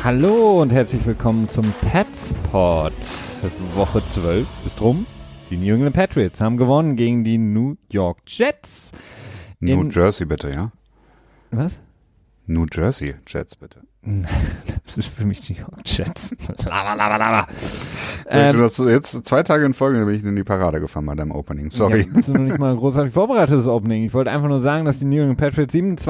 Hallo und herzlich willkommen zum Petspot. Woche 12 ist rum. Die New England Patriots haben gewonnen gegen die New York Jets. New Jersey bitte, ja? Was? New Jersey Jets bitte. Das ist für mich die New York Jets. Lava. Du hast jetzt 2 Tage in Folge bin ich in die Parade gefahren bei deinem Opening. Sorry. Ja, das ist noch nicht mal ein großartig vorbereitetes Opening. Ich wollte einfach nur sagen, dass die New England Patriots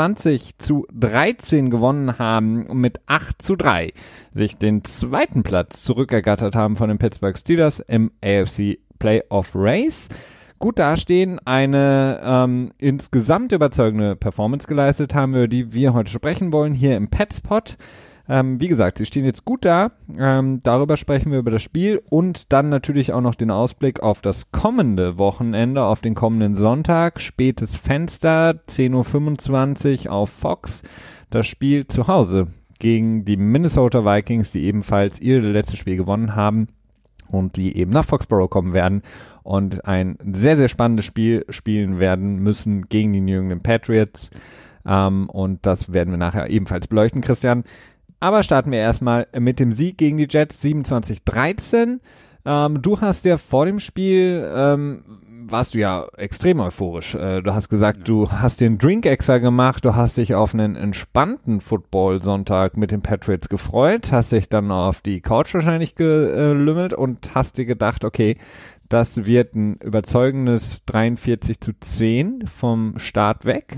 27-13 gewonnen haben und mit 8-3 sich den zweiten Platz zurückergattert haben von den Pittsburgh Steelers im AFC Playoff Race. Gut dastehen, eine insgesamt überzeugende Performance geleistet haben, über die wir heute sprechen wollen, hier im Petspot. Wie gesagt, sie stehen jetzt gut da. Darüber sprechen wir über das Spiel und dann natürlich auch noch den Ausblick auf das kommende Wochenende, auf den kommenden Sonntag. Spätes Fenster, 10:25 Uhr auf Fox. Das Spiel zu Hause gegen die Minnesota Vikings, die ebenfalls ihr letztes Spiel gewonnen haben und die eben nach Foxborough kommen werden und ein sehr, sehr spannendes Spiel spielen werden müssen gegen die New England Patriots. Und das werden wir nachher ebenfalls beleuchten, Christian. Aber starten wir erstmal mit dem Sieg gegen die Jets, 27-13. Du hast ja vor dem Spiel, warst du ja extrem euphorisch. Du hast gesagt, Du hast den Drink extra gemacht, du hast dich auf einen entspannten Football-Sonntag mit den Patriots gefreut, hast dich dann auf die Couch wahrscheinlich gelümmelt und hast dir gedacht, okay, das wird ein überzeugendes 43-10 vom Start weg.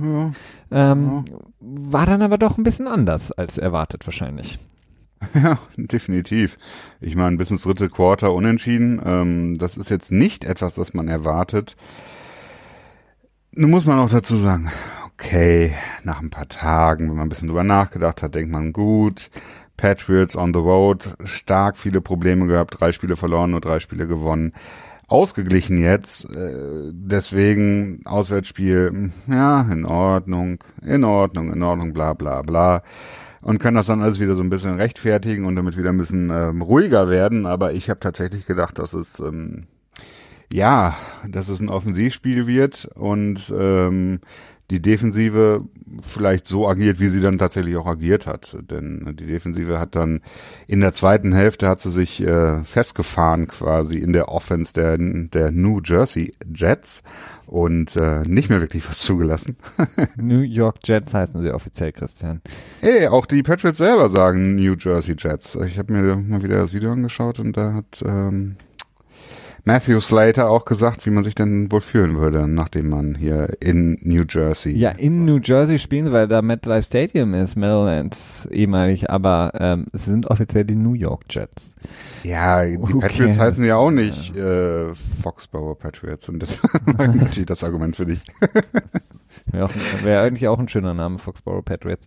War dann aber doch ein bisschen anders als erwartet wahrscheinlich. Ja, definitiv. Ich meine, bis ins dritte Quarter unentschieden. Das ist jetzt nicht etwas, das man erwartet. Nun muss man auch dazu sagen, okay, nach ein paar Tagen, wenn man ein bisschen drüber nachgedacht hat, denkt man, gut, Patriots on the road, stark viele Probleme gehabt, 3 Spiele verloren, nur 3 Spiele gewonnen. Ausgeglichen jetzt, deswegen Auswärtsspiel, ja, in Ordnung, bla bla bla. Und kann das dann alles wieder so ein bisschen rechtfertigen und damit wieder ein bisschen ruhiger werden. Aber ich habe tatsächlich gedacht, dass es ein Offensivspiel wird und die Defensive vielleicht so agiert, wie sie dann tatsächlich auch agiert hat. Denn die Defensive hat dann in der zweiten Hälfte hat sie sich festgefahren quasi in der Offense der New Jersey Jets und nicht mehr wirklich was zugelassen. New York Jets heißen sie offiziell, Christian. Auch die Patriots selber sagen New Jersey Jets. Ich habe mir mal wieder das Video angeschaut und da hat Matthew Slater auch gesagt, wie man sich denn wohl fühlen würde, nachdem man hier in New Jersey... Ja, in New Jersey spielen, weil da MetLife Stadium ist, Meadowlands ehemalig, aber es sind offiziell die New York Jets. Ja, die Patriots heißen ja auch nicht Foxborough Patriots und das war natürlich das Argument für dich. Wäre eigentlich auch ein schöner Name, Foxborough Patriots.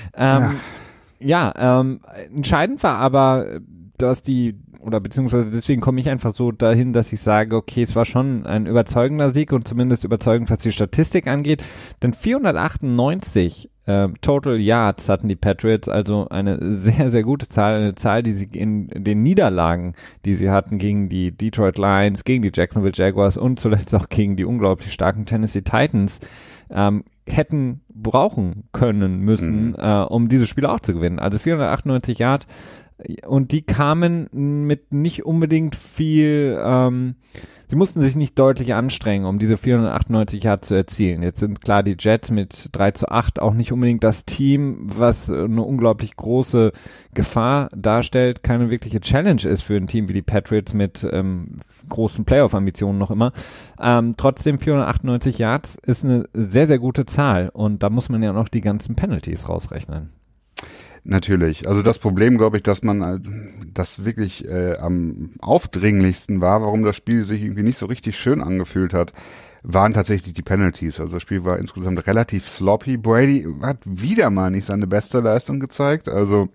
Entscheidend war aber, dass beziehungsweise deswegen komme ich einfach so dahin, dass ich sage, okay, es war schon ein überzeugender Sieg und zumindest überzeugend, was die Statistik angeht, denn 498 Total Yards hatten die Patriots, also eine sehr, sehr gute Zahl, eine Zahl, die sie in den Niederlagen, die sie hatten gegen die Detroit Lions, gegen die Jacksonville Jaguars und zuletzt auch gegen die unglaublich starken Tennessee Titans, hätten brauchen können müssen, um diese Spiele auch zu gewinnen. Also 498 Yards. Und die kamen mit nicht unbedingt viel, sie mussten sich nicht deutlich anstrengen, um diese 498 Yards zu erzielen. Jetzt sind klar die Jets mit 3-8 auch nicht unbedingt das Team, was eine unglaublich große Gefahr darstellt, keine wirkliche Challenge ist für ein Team wie die Patriots mit großen Playoff-Ambitionen noch immer. Trotzdem 498 Yards ist eine sehr, sehr gute Zahl und da muss man ja noch die ganzen Penalties rausrechnen. Natürlich. Also das Problem, glaube ich, dass man das wirklich am aufdringlichsten war, warum das Spiel sich irgendwie nicht so richtig schön angefühlt hat, waren tatsächlich die Penalties. Also das Spiel war insgesamt relativ sloppy. Brady hat wieder mal nicht seine beste Leistung gezeigt. Also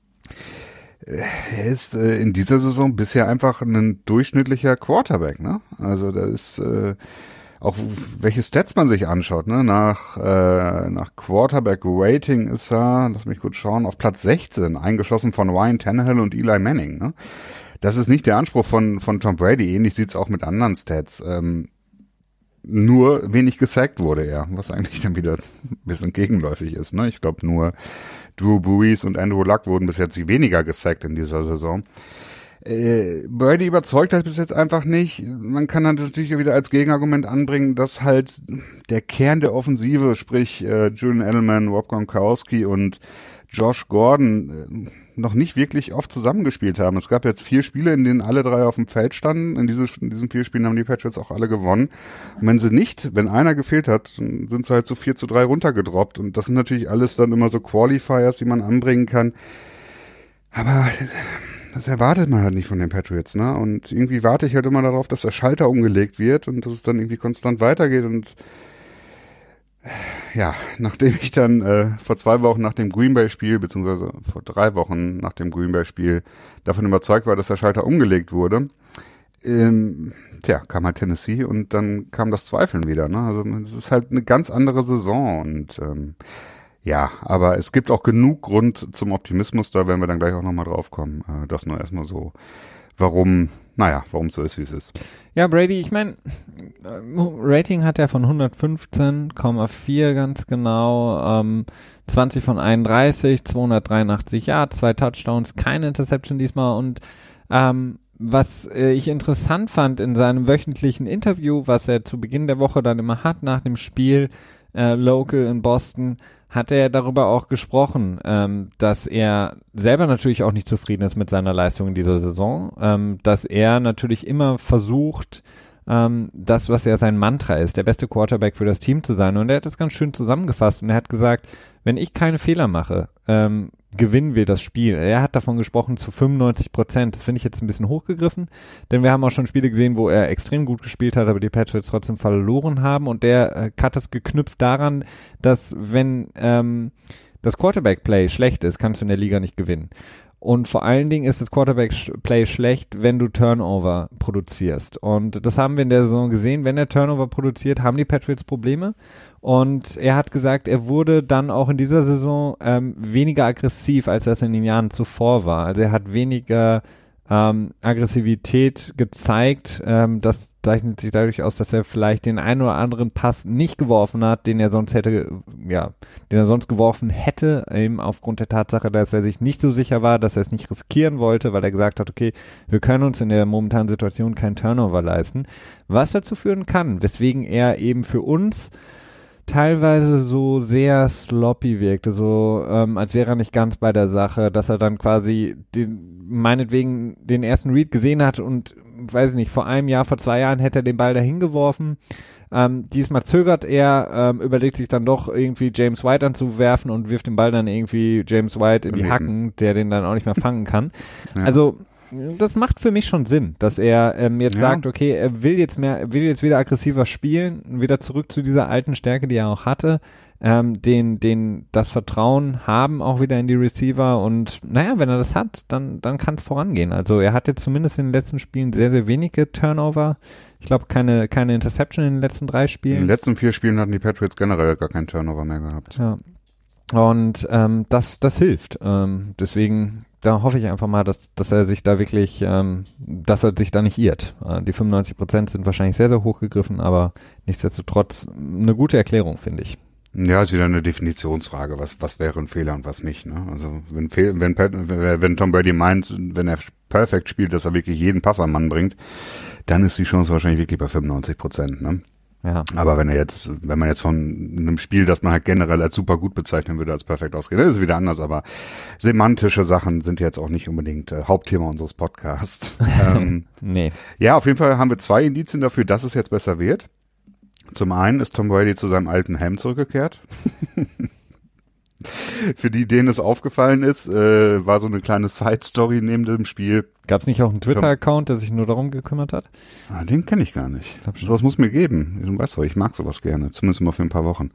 er ist in dieser Saison bisher einfach ein durchschnittlicher Quarterback, ne? Also da ist auch welche Stats man sich anschaut, ne? Nach Quarterback Rating ist er, lass mich kurz schauen, auf Platz 16, eingeschossen von Ryan Tannehill und Eli Manning, ne? Das ist nicht der Anspruch von Tom Brady, ähnlich sieht's auch mit anderen Stats. nur wenig gesackt wurde er, was eigentlich dann wieder ein bisschen gegenläufig ist. Ne? Ich glaube, nur Drew Brees und Andrew Luck wurden bis jetzt weniger gesackt in dieser Saison. Brady überzeugt halt bis jetzt einfach nicht. Man kann dann natürlich wieder als Gegenargument anbringen, dass halt der Kern der Offensive, sprich Julian Edelman, Rob Gronkowski und Josh Gordon noch nicht wirklich oft zusammengespielt haben. Es gab jetzt 4 Spiele, in denen alle 3 auf dem Feld standen. In diesen 4 Spielen haben die Patriots auch alle gewonnen. Und wenn einer gefehlt hat, dann sind sie halt so 4-3 runtergedroppt. Und das sind natürlich alles dann immer so Qualifiers, die man anbringen kann. Aber das erwartet man halt nicht von den Patriots, ne? Und irgendwie warte ich halt immer darauf, dass der Schalter umgelegt wird und dass es dann irgendwie konstant weitergeht. Und ja, nachdem ich dann vor 2 Wochen nach dem Green Bay-Spiel, beziehungsweise vor 3 Wochen nach dem Green Bay-Spiel davon überzeugt war, dass der Schalter umgelegt wurde, kam halt Tennessee und dann kam das Zweifeln wieder, ne? Also es ist halt eine ganz andere Saison und ja, aber es gibt auch genug Grund zum Optimismus, da werden wir dann gleich auch nochmal drauf kommen. Das nur erstmal so, warum so ist, wie es ist. Ja, Brady, ich meine, Rating hat er von 115,4 ganz genau, 20 von 31, 283 Yards, 2 Touchdowns, keine Interception diesmal und was ich interessant fand in seinem wöchentlichen Interview, was er zu Beginn der Woche dann immer hat, nach dem Spiel Local in Boston, hat er darüber auch gesprochen, dass er selber natürlich auch nicht zufrieden ist mit seiner Leistung in dieser Saison, dass er natürlich immer versucht, das, was ja sein Mantra ist, der beste Quarterback für das Team zu sein. Und er hat das ganz schön zusammengefasst und er hat gesagt, wenn ich keine Fehler mache, gewinnen wir das Spiel. Er hat davon gesprochen zu 95%. Das finde ich jetzt ein bisschen hochgegriffen, denn wir haben auch schon Spiele gesehen, wo er extrem gut gespielt hat, aber die Patriots trotzdem verloren haben und der hat es geknüpft daran, dass wenn das Quarterback-Play schlecht ist, kannst du in der Liga nicht gewinnen. Und vor allen Dingen ist das Quarterback-Play schlecht, wenn du Turnover produzierst. Und das haben wir in der Saison gesehen. Wenn er Turnover produziert, haben die Patriots Probleme. Und er hat gesagt, er wurde dann auch in dieser Saison weniger aggressiv, als das in den Jahren zuvor war. Also er hat weniger Aggressivität gezeigt. Das zeichnet sich dadurch aus, dass er vielleicht den einen oder anderen Pass nicht geworfen hat, den er sonst geworfen hätte, eben aufgrund der Tatsache, dass er sich nicht so sicher war, dass er es nicht riskieren wollte, weil er gesagt hat, okay, wir können uns in der momentanen Situation keinen Turnover leisten, was dazu führen kann, weswegen er eben für uns teilweise so sehr sloppy wirkte, so als wäre er nicht ganz bei der Sache, dass er dann quasi meinetwegen den ersten Read gesehen hat und, weiß ich nicht, vor 2 Jahren hätte er den Ball dahin geworfen. Diesmal zögert er, überlegt sich dann doch irgendwie James White anzuwerfen und wirft den Ball dann irgendwie James White in die Hacken, der den dann auch nicht mehr fangen kann. Ja. Also das macht für mich schon Sinn, dass er jetzt sagt, okay, er will jetzt wieder aggressiver spielen, wieder zurück zu dieser alten Stärke, die er auch hatte, das Vertrauen haben auch wieder in die Receiver und naja, wenn er das hat, dann kann es vorangehen. Also er hat jetzt zumindest in den letzten Spielen sehr, sehr wenige Turnover. Ich glaube, keine Interception in den letzten 3 Spielen. In den letzten 4 Spielen hatten die Patriots generell gar keinen Turnover mehr gehabt. Ja. Und das hilft. Deswegen, da hoffe ich einfach mal, dass er sich da wirklich, dass er sich da nicht irrt. Die 95% sind wahrscheinlich sehr, sehr hoch gegriffen, aber nichtsdestotrotz eine gute Erklärung, finde ich. Ja, ist wieder eine Definitionsfrage, was wäre ein Fehler und was nicht, ne? Also wenn Tom Brady meint, wenn er perfekt spielt, dass er wirklich jeden Pass am Mann bringt, dann ist die Chance wahrscheinlich wirklich bei 95%, ne? Ja. Aber wenn man jetzt von einem Spiel, das man halt generell als super gut bezeichnen würde, als perfekt ausgeht, das ist wieder anders, aber semantische Sachen sind jetzt auch nicht unbedingt Hauptthema unseres Podcasts. Nee. Ja, auf jeden Fall haben wir 2 Indizien dafür, dass es jetzt besser wird. Zum einen ist Tom Brady zu seinem alten Helm zurückgekehrt. Für denen es aufgefallen ist, war so eine kleine Side-Story neben dem Spiel. Gab es nicht auch einen Twitter-Account, der sich nur darum gekümmert hat? Den kenne ich gar nicht. Sowas muss mir geben. Du weißt doch, ich mag sowas gerne. Zumindest mal für ein paar Wochen.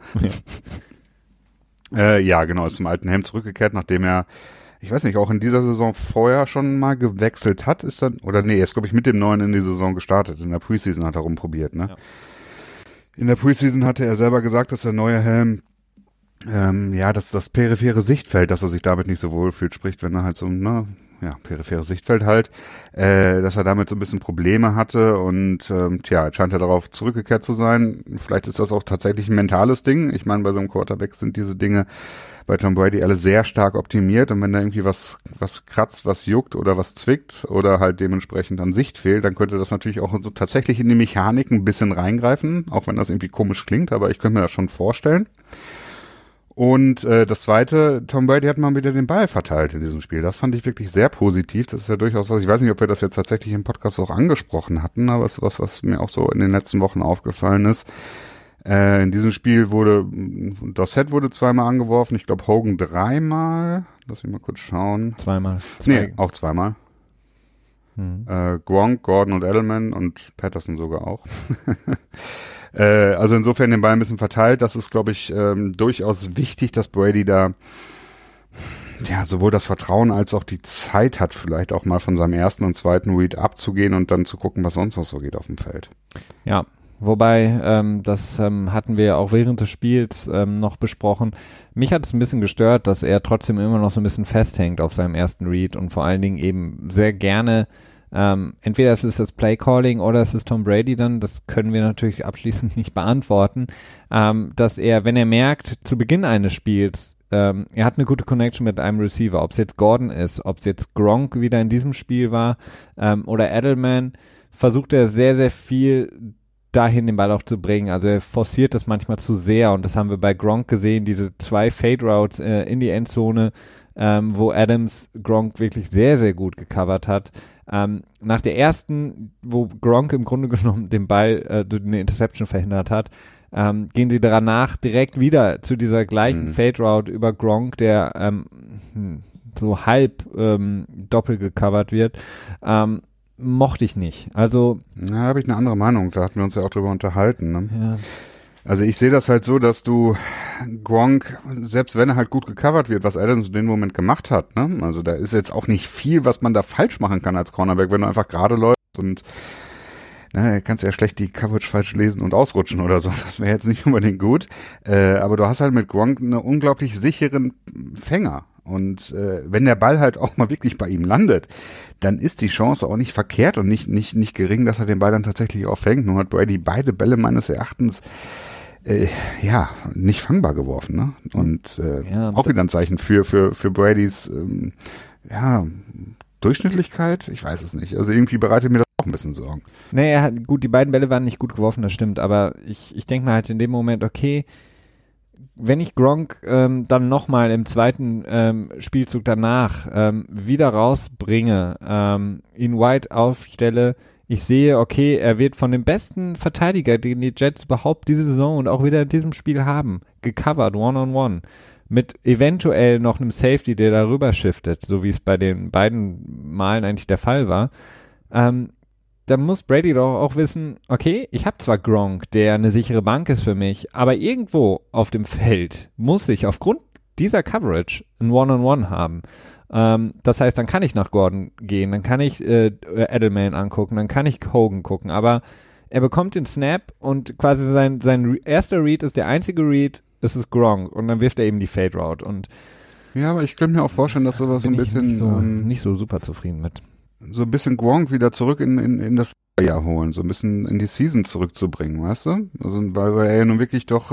Ja, ja, genau, ist zum alten Helm zurückgekehrt, nachdem er, ich weiß nicht, auch in dieser Saison vorher schon mal gewechselt hat. Er ist, glaube ich, mit dem neuen in die Saison gestartet. In der Preseason hat er rumprobiert, ne? Ja. In der Preseason hatte er selber gesagt, dass der neue Helm das periphere Sichtfeld, dass er sich damit nicht so wohl fühlt, spricht, wenn er halt so, peripheres Sichtfeld halt, dass er damit so ein bisschen Probleme hatte und jetzt scheint er darauf zurückgekehrt zu sein. Vielleicht ist das auch tatsächlich ein mentales Ding. Ich meine, bei so einem Quarterback sind diese Dinge bei Tom Brady alle sehr stark optimiert und wenn da irgendwie was kratzt, was juckt oder was zwickt oder halt dementsprechend an Sicht fehlt, dann könnte das natürlich auch so tatsächlich in die Mechanik ein bisschen reingreifen, auch wenn das irgendwie komisch klingt, aber ich könnte mir das schon vorstellen. Und das Zweite, Tom Brady hat mal wieder den Ball verteilt in diesem Spiel. Das fand ich wirklich sehr positiv. Das ist ja durchaus was, ich weiß nicht, ob wir das jetzt tatsächlich im Podcast auch angesprochen hatten, aber es ist was mir auch so in den letzten Wochen aufgefallen ist. In diesem Spiel Dossett wurde zweimal angeworfen, ich glaube Hogan dreimal. Lass mich mal kurz schauen. Zweimal. Auch zweimal. Gronk, Gordon und Edelman und Patterson sogar auch. Also insofern den Ball ein bisschen verteilt. Das ist, glaube ich, durchaus wichtig, dass Brady da sowohl das Vertrauen als auch die Zeit hat, vielleicht auch mal von seinem ersten und zweiten Read abzugehen und dann zu gucken, was sonst noch so geht auf dem Feld. Ja, wobei, das hatten wir ja auch während des Spiels noch besprochen. Mich hat es ein bisschen gestört, dass er trotzdem immer noch so ein bisschen festhängt auf seinem ersten Read und vor allen Dingen eben sehr gerne entweder es ist das Play-Calling oder es ist Tom Brady dann, das können wir natürlich abschließend nicht beantworten, dass er, wenn er merkt, zu Beginn eines Spiels, er hat eine gute Connection mit einem Receiver, ob es jetzt Gordon ist, ob es jetzt Gronk wieder in diesem Spiel war oder Edelman, versucht er sehr, sehr viel dahin den Ball auch zu bringen. Also er forciert das manchmal zu sehr und das haben wir bei Gronk gesehen, diese 2 Fade-Routes in die Endzone, wo Adams Gronk wirklich sehr, sehr gut gecovert hat. Nach der ersten, wo Gronk im Grunde genommen den Ball durch eine Interception verhindert hat, gehen sie danach direkt wieder zu dieser gleichen Fade-Route über Gronk, der so halb doppelt gecovert wird. Mochte ich nicht. Also da habe ich eine andere Meinung. Da hatten wir uns ja auch drüber unterhalten. Ne? Ja. Also ich sehe das halt so, dass du Gronk, selbst wenn er halt gut gecovert wird, was Adams in dem Moment gemacht hat, ne? Also da ist jetzt auch nicht viel, was man da falsch machen kann als Cornerback, wenn du einfach gerade läufst und kannst ja schlecht die Coverage falsch lesen und ausrutschen oder so. Das wäre jetzt nicht unbedingt gut. Aber du hast halt mit Gronk einen unglaublich sicheren Fänger. Und wenn der Ball halt auch mal wirklich bei ihm landet, dann ist die Chance auch nicht verkehrt und nicht gering, dass er den Ball dann tatsächlich auch fängt. Nur hat Brady beide Bälle meines Erachtens nicht fangbar geworfen, ne? Und auch wieder ein Zeichen für Bradys Durchschnittlichkeit. Ich weiß es nicht. Also irgendwie bereitet mir das auch ein bisschen Sorgen. Naja, gut, die beiden Bälle waren nicht gut geworfen, das stimmt. Aber ich denke mir halt in dem Moment, okay, wenn ich Gronk dann nochmal im zweiten Spielzug danach wieder rausbringe, ihn wide aufstelle, ich sehe, okay, er wird von dem besten Verteidiger, den die Jets überhaupt diese Saison und auch wieder in diesem Spiel haben, gecovert, one-on-one, mit eventuell noch einem Safety, der darüber shiftet, so wie es bei den beiden Malen eigentlich der Fall war, dann muss Brady doch auch wissen, okay, ich habe zwar Gronk, der eine sichere Bank ist für mich, aber irgendwo auf dem Feld muss ich aufgrund dieser Coverage ein One-on-One haben. Das heißt, dann kann ich nach Gordon gehen, dann kann ich Edelman angucken, dann kann ich Hogan gucken, aber er bekommt den Snap und quasi sein erster Read ist der einzige Read, es ist Gronk und dann wirft er eben die Fade Route und ja, aber ich könnte mir auch vorstellen, dass sowas so ein bisschen nicht so super zufrieden mit. So ein bisschen Gronk wieder zurück in das Jahr holen, so ein bisschen in die Season zurückzubringen, weißt du? Also weil er ja nun wirklich doch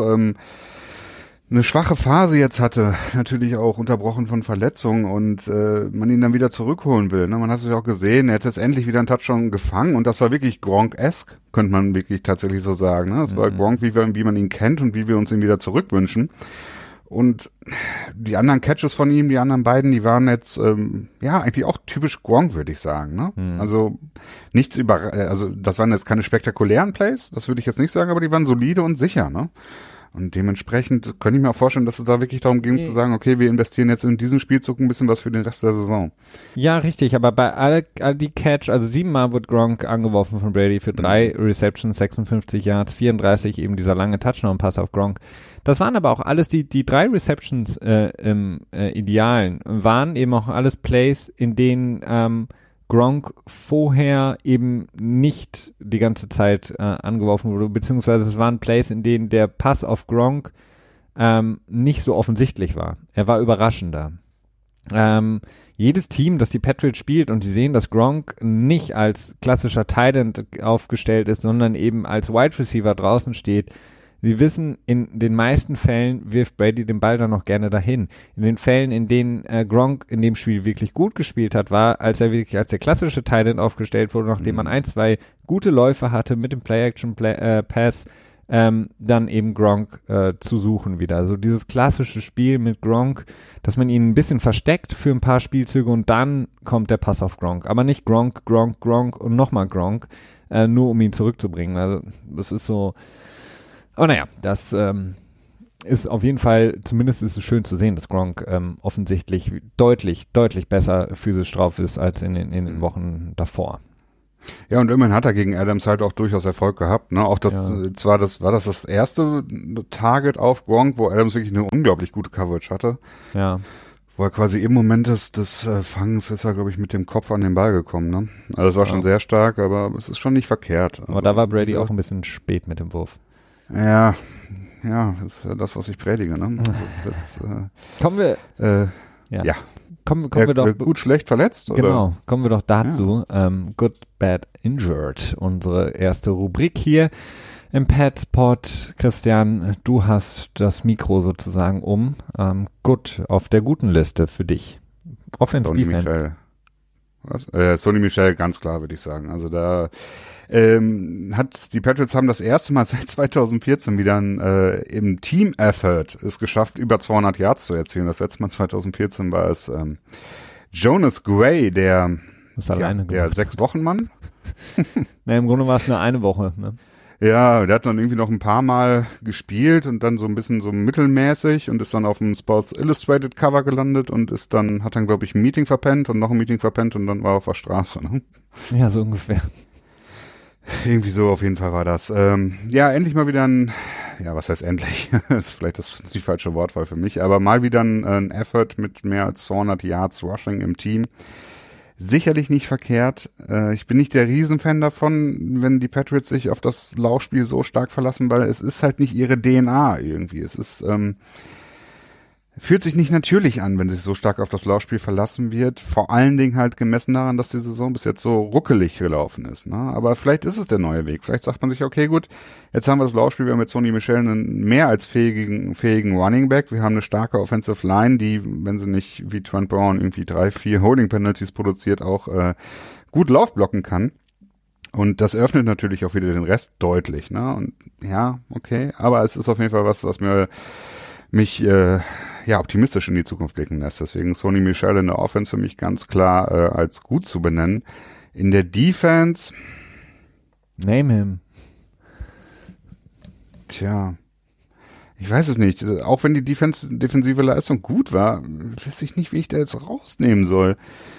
eine schwache Phase jetzt hatte, natürlich auch unterbrochen von Verletzungen und man ihn dann wieder zurückholen will. Ne? Man hat es ja auch gesehen, er hat jetzt endlich wieder einen Touchdown gefangen und das war wirklich Gronk-esque, könnte man wirklich tatsächlich so sagen. Ne? Das war Gronk, wie man ihn kennt und wie wir uns ihn wieder zurückwünschen. Und die anderen Catches von ihm, die anderen beiden, die waren jetzt eigentlich auch typisch Gronk, würde ich sagen. Ne? Also also das waren jetzt keine spektakulären Plays, das würde ich jetzt nicht sagen, aber die waren solide und sicher. Ne? Und dementsprechend könnte ich mir auch vorstellen, dass es da wirklich darum ging zu sagen, okay, wir investieren jetzt in diesen Spielzug ein bisschen was für den Rest der Saison. Ja, richtig, aber bei all die Catch, also 7-mal wird Gronk angeworfen von Brady für 3 Receptions, 56 Yards, 34 eben dieser lange Touchdown-Pass auf Gronk. Das waren aber auch alles, die 3 Receptions im Idealen, waren eben auch alles Plays, in denen Gronk vorher eben nicht die ganze Zeit angeworfen wurde, beziehungsweise es waren Plays, in denen der Pass auf Gronk nicht so offensichtlich war. Er war überraschender. Jedes Team, das die Patriots spielt und sie sehen, dass Gronk nicht als klassischer Tight End aufgestellt ist, sondern eben als Wide Receiver draußen steht, sie wissen, in den meisten Fällen wirft Brady den Ball dann noch gerne dahin. In den Fällen, in denen Gronk in dem Spiel wirklich gut gespielt hat, war, als er wirklich als der klassische Tight End aufgestellt wurde, nachdem man 1-2 gute Läufe hatte mit dem Play-Action-Pass, dann eben Gronk zu suchen wieder. Also dieses klassische Spiel mit Gronk, dass man ihn ein bisschen versteckt für ein paar Spielzüge und dann kommt der Pass auf Gronk. Aber nicht Gronk und nochmal Gronk, nur um ihn zurückzubringen. Also das ist so, aber naja, das ist auf jeden Fall, zumindest ist es schön zu sehen, dass Gronk offensichtlich deutlich besser physisch drauf ist als in den Wochen davor. Ja, und immerhin hat er gegen Adams halt auch durchaus Erfolg gehabt, ne? Auch war das erste Target auf Gronk, wo Adams wirklich eine unglaublich gute Coverage hatte. Ja. Wo er quasi im Moment des Fangens ist er, glaube ich, mit dem Kopf an den Ball gekommen, ne? Also das war schon sehr stark, aber es ist schon nicht verkehrt. Aber da war Brady auch ein bisschen spät mit dem Wurf. Ja, das ist ja das, was ich predige, ne? Das ist jetzt, Kommen wir, ja. Kommen wir doch. Gut, schlecht, verletzt, oder? Genau, kommen wir doch dazu. Ja. Good, Bad, Injured, unsere erste Rubrik hier im Padspot. Christian, du hast das Mikro sozusagen Good auf der guten Liste für dich. Offense, Defense. Sonny Michel, ganz klar, würde ich sagen. Also da die Patriots haben das erste Mal seit 2014 wieder im Team-Effort es geschafft, über 200 Yards zu erzielen. Das letzte Mal 2014 war es Jonas Gray, der 6-Wochen-Mann. Na, im Grunde war es nur eine Woche, ne? Ja, der hat dann irgendwie noch ein paar Mal gespielt und dann so ein bisschen so mittelmäßig und ist dann auf dem Sports Illustrated Cover gelandet und hat dann, glaube ich, ein Meeting verpennt und noch ein Meeting verpennt und dann war er auf der Straße, ne? Ja, so ungefähr. Irgendwie so, auf jeden Fall war das. Endlich mal wieder was heißt endlich? Das ist vielleicht die falsche Wortwahl für mich, aber mal wieder ein Effort mit mehr als 200 Yards Rushing im Team. Sicherlich nicht verkehrt. Ich bin nicht der Riesenfan davon, wenn die Patriots sich auf das Laufspiel so stark verlassen, weil es ist halt nicht ihre DNA irgendwie. Es ist fühlt sich nicht natürlich an, wenn sich so stark auf das Laufspiel verlassen wird. Vor allen Dingen halt gemessen daran, dass die Saison bis jetzt so ruckelig gelaufen ist. Ne? Aber vielleicht ist es der neue Weg. Vielleicht sagt man sich, okay, gut, jetzt haben wir das Laufspiel, wir haben mit Sonny Michel einen mehr als fähigen Running Back. Wir haben eine starke Offensive Line, die, wenn sie nicht wie Trent Brown irgendwie 3-4 Holding Penalties produziert, auch gut Laufblocken kann. Und das öffnet natürlich auch wieder den Rest deutlich. Ne? Und ja, okay, aber es ist auf jeden Fall was mich optimistisch in die Zukunft blicken lässt. Deswegen Sonny Michel in der Offense für mich ganz klar als gut zu benennen. In der Defense Name him. Tja, ich weiß es nicht. Auch wenn die defensive Leistung gut war, weiß ich nicht, wie ich da jetzt rausnehmen soll.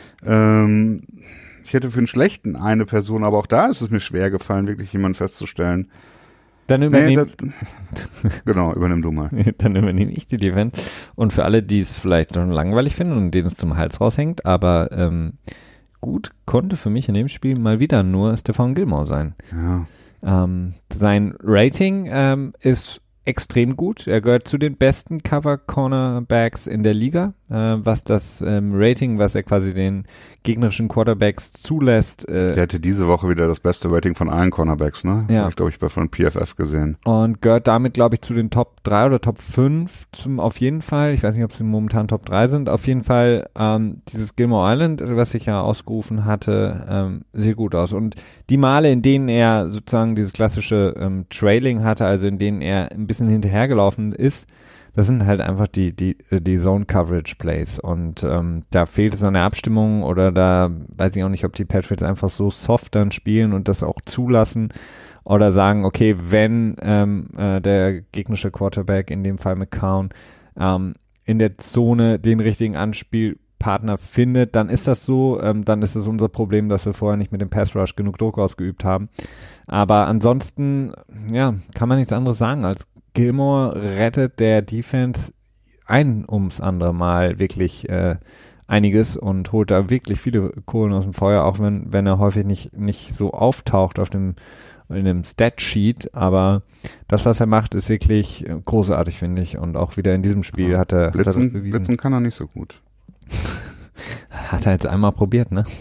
Ich hätte für einen schlechten eine Person, aber auch da ist es mir schwer gefallen, wirklich jemanden festzustellen. Dann übernimm du mal. Dann übernehme ich die Defense. Und für alle, die es vielleicht schon langweilig finden und denen es zum Hals raushängt, aber gut konnte für mich in dem Spiel mal wieder nur Stephon Gilmore sein. Ja. Sein Rating ist extrem gut. Er gehört zu den besten Cover-Cornerbacks in der Liga, was das Rating, was er quasi den gegnerischen Quarterbacks zulässt. Der hatte diese Woche wieder das beste Rating von allen Cornerbacks, ne? Ja. Habe ich, glaube ich, von PFF gesehen. Und gehört damit, glaube ich, zu den Top 3 oder Top 5 auf jeden Fall. Ich weiß nicht, ob sie momentan Top 3 sind. Auf jeden Fall dieses Gilmore Island, was ich ja ausgerufen hatte, sieht gut aus. Und die Male, in denen er sozusagen dieses klassische Trailing hatte, also in denen er ein bisschen hinterhergelaufen ist, das sind halt einfach die Zone-Coverage-Plays und da fehlt es an der Abstimmung oder da weiß ich auch nicht, ob die Patriots einfach so soft dann spielen und das auch zulassen oder sagen, okay, wenn der gegnerische Quarterback, in dem Fall McCown, in der Zone den richtigen Anspielpartner findet, dann ist das so, dann ist es unser Problem, dass wir vorher nicht mit dem Pass-Rush genug Druck ausgeübt haben. Aber ansonsten, ja, kann man nichts anderes sagen als Gilmore rettet der Defense ein ums andere Mal wirklich einiges und holt da wirklich viele Kohlen aus dem Feuer, auch wenn er häufig nicht so auftaucht auf dem einem Stat-Sheet, aber das, was er macht, ist wirklich großartig, finde ich. Und auch wieder in diesem Spiel hat er das bewiesen. Blitzen kann er nicht so gut. Hat er jetzt einmal probiert, ne?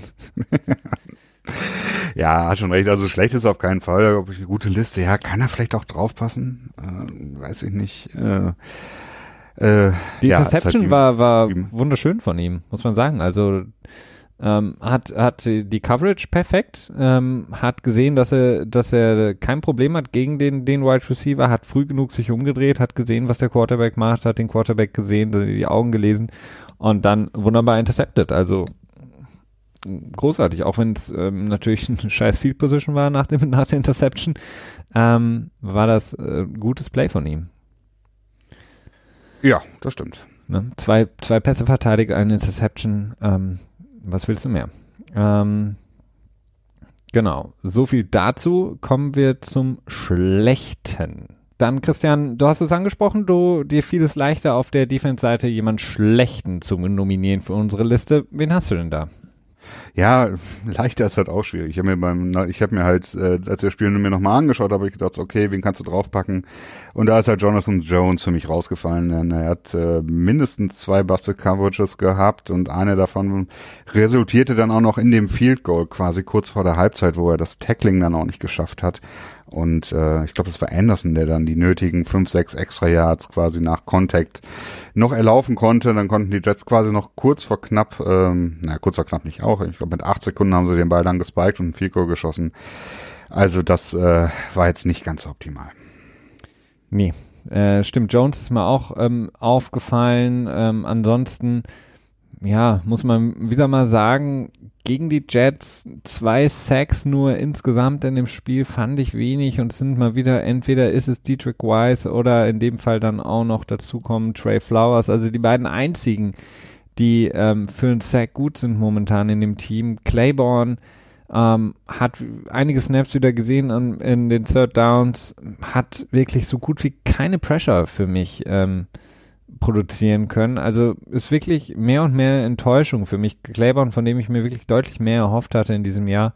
Ja, hat schon recht. Also schlecht ist auf keinen Fall. Ob ich eine gute Liste. Ja, kann er vielleicht auch draufpassen? Weiß ich nicht. Die Interception war wunderschön von ihm, muss man sagen. Also hat die Coverage perfekt, hat gesehen, dass er kein Problem hat gegen den Wide Receiver, hat früh genug sich umgedreht, hat gesehen, was der Quarterback macht, hat den Quarterback gesehen, die Augen gelesen und dann wunderbar intercepted. Also großartig, auch wenn es natürlich eine scheiß Field Position war nach der Interception, war das gutes Play von ihm. Ja, das stimmt. Ne? Zwei Pässe verteidigt, eine Interception, was willst du mehr? Genau, so viel dazu. Kommen wir zum Schlechten. Dann, Christian, du hast es angesprochen, dir fiel es leichter, auf der Defense-Seite jemanden Schlechten zu nominieren für unsere Liste. Wen hast du denn da? Ja, leichter ist halt auch schwierig. Ich habe mir halt, als das Spiel mir nochmal angeschaut habe, ich gedacht, okay, wen kannst du draufpacken? Und da ist halt Jonathan Jones für mich rausgefallen. Denn er hat mindestens 2 Busted Coverages gehabt und eine davon resultierte dann auch noch in dem Field Goal quasi kurz vor der Halbzeit, wo er das Tackling dann auch nicht geschafft hat. Und ich glaube, das war Anderson, der dann die nötigen 5, 6 extra Yards quasi nach Contact noch erlaufen konnte. Dann konnten die Jets quasi noch kurz vor knapp nicht auch. Ich glaube, mit 8 Sekunden haben sie den Ball dann gespiked und einen Field Goal geschossen. Also das war jetzt nicht ganz optimal. Nee, stimmt. Jones ist mir auch aufgefallen. Ansonsten, ja, muss man wieder mal sagen, gegen die Jets 2 Sacks nur insgesamt in dem Spiel fand ich wenig und es sind mal wieder, entweder ist es Dietrich Wise oder in dem Fall dann auch noch dazu kommen Trey Flowers, also die beiden einzigen, die für einen Sack gut sind momentan in dem Team. Claiborne hat einige Snaps wieder gesehen in den Third Downs, hat wirklich so gut wie keine Pressure für mich produzieren können. Also ist wirklich mehr und mehr Enttäuschung für mich. Claiborne, von dem ich mir wirklich deutlich mehr erhofft hatte in diesem Jahr,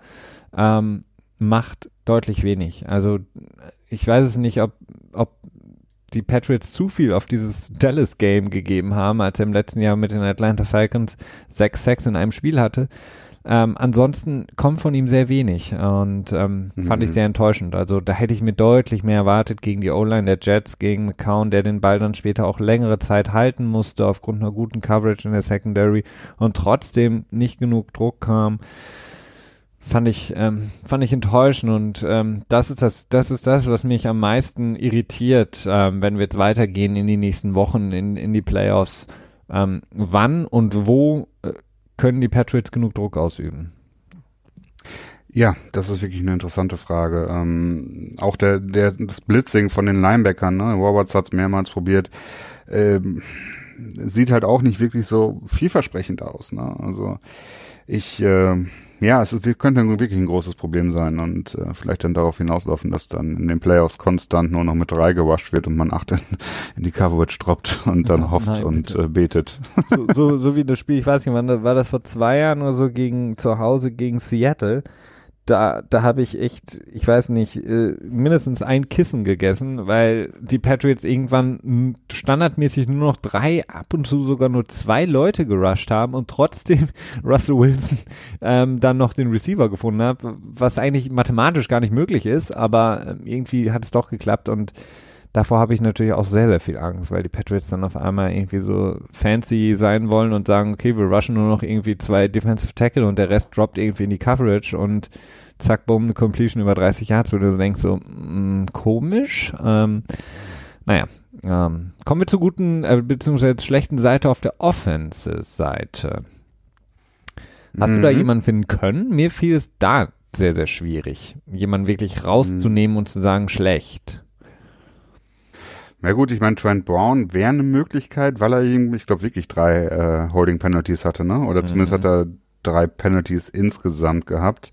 macht deutlich wenig. Also ich weiß es nicht, ob die Patriots zu viel auf dieses Dallas-Game gegeben haben, als er im letzten Jahr mit den Atlanta Falcons 6 Sacks in einem Spiel hatte. Ansonsten kommt von ihm sehr wenig und fand ich sehr enttäuschend. Also da hätte ich mir deutlich mehr erwartet gegen die O-Line der Jets, gegen McCown, der den Ball dann später auch längere Zeit halten musste aufgrund einer guten Coverage in der Secondary und trotzdem nicht genug Druck kam. Fand ich enttäuschend und das ist das, was mich am meisten irritiert, wenn wir jetzt weitergehen in die nächsten Wochen, in die Playoffs. Wann und wo können die Patriots genug Druck ausüben? Ja, das ist wirklich eine interessante Frage. Auch das Blitzing von den Linebackern, ne? Roberts hat es mehrmals probiert, sieht halt auch nicht wirklich so vielversprechend aus, ne? Also könnte wirklich ein großes Problem sein und vielleicht dann darauf hinauslaufen, dass dann in den Playoffs konstant nur noch mit 3 gerusht wird und man 8 in die Coverage droppt und dann hofft und betet. So wie das Spiel, ich weiß nicht, wann war das, vor 2 Jahren oder so zu Hause gegen Seattle. Da habe ich echt, ich weiß nicht, mindestens ein Kissen gegessen, weil die Patriots irgendwann standardmäßig nur noch 3, ab und zu sogar nur 2 Leute gerusht haben und trotzdem Russell Wilson dann noch den Receiver gefunden hat, was eigentlich mathematisch gar nicht möglich ist, aber irgendwie hat es doch geklappt und davor habe ich natürlich auch sehr, sehr viel Angst, weil die Patriots dann auf einmal irgendwie so fancy sein wollen und sagen, okay, wir rushen nur noch irgendwie 2 Defensive Tackle und der Rest droppt irgendwie in die Coverage und zack, bumm, eine Completion über 30 Yards, wo du denkst so, komisch. Kommen wir zur guten, beziehungsweise schlechten Seite auf der Offensive-Seite. Hast du da jemanden finden können? Mir fiel es da sehr, sehr schwierig, jemanden wirklich rauszunehmen und zu sagen, schlecht. Na gut, ich meine, Trent Brown wäre eine Möglichkeit, weil er ich glaube, wirklich 3 Holding Penalties hatte, ne? Oder zumindest hat er 3 Penalties insgesamt gehabt.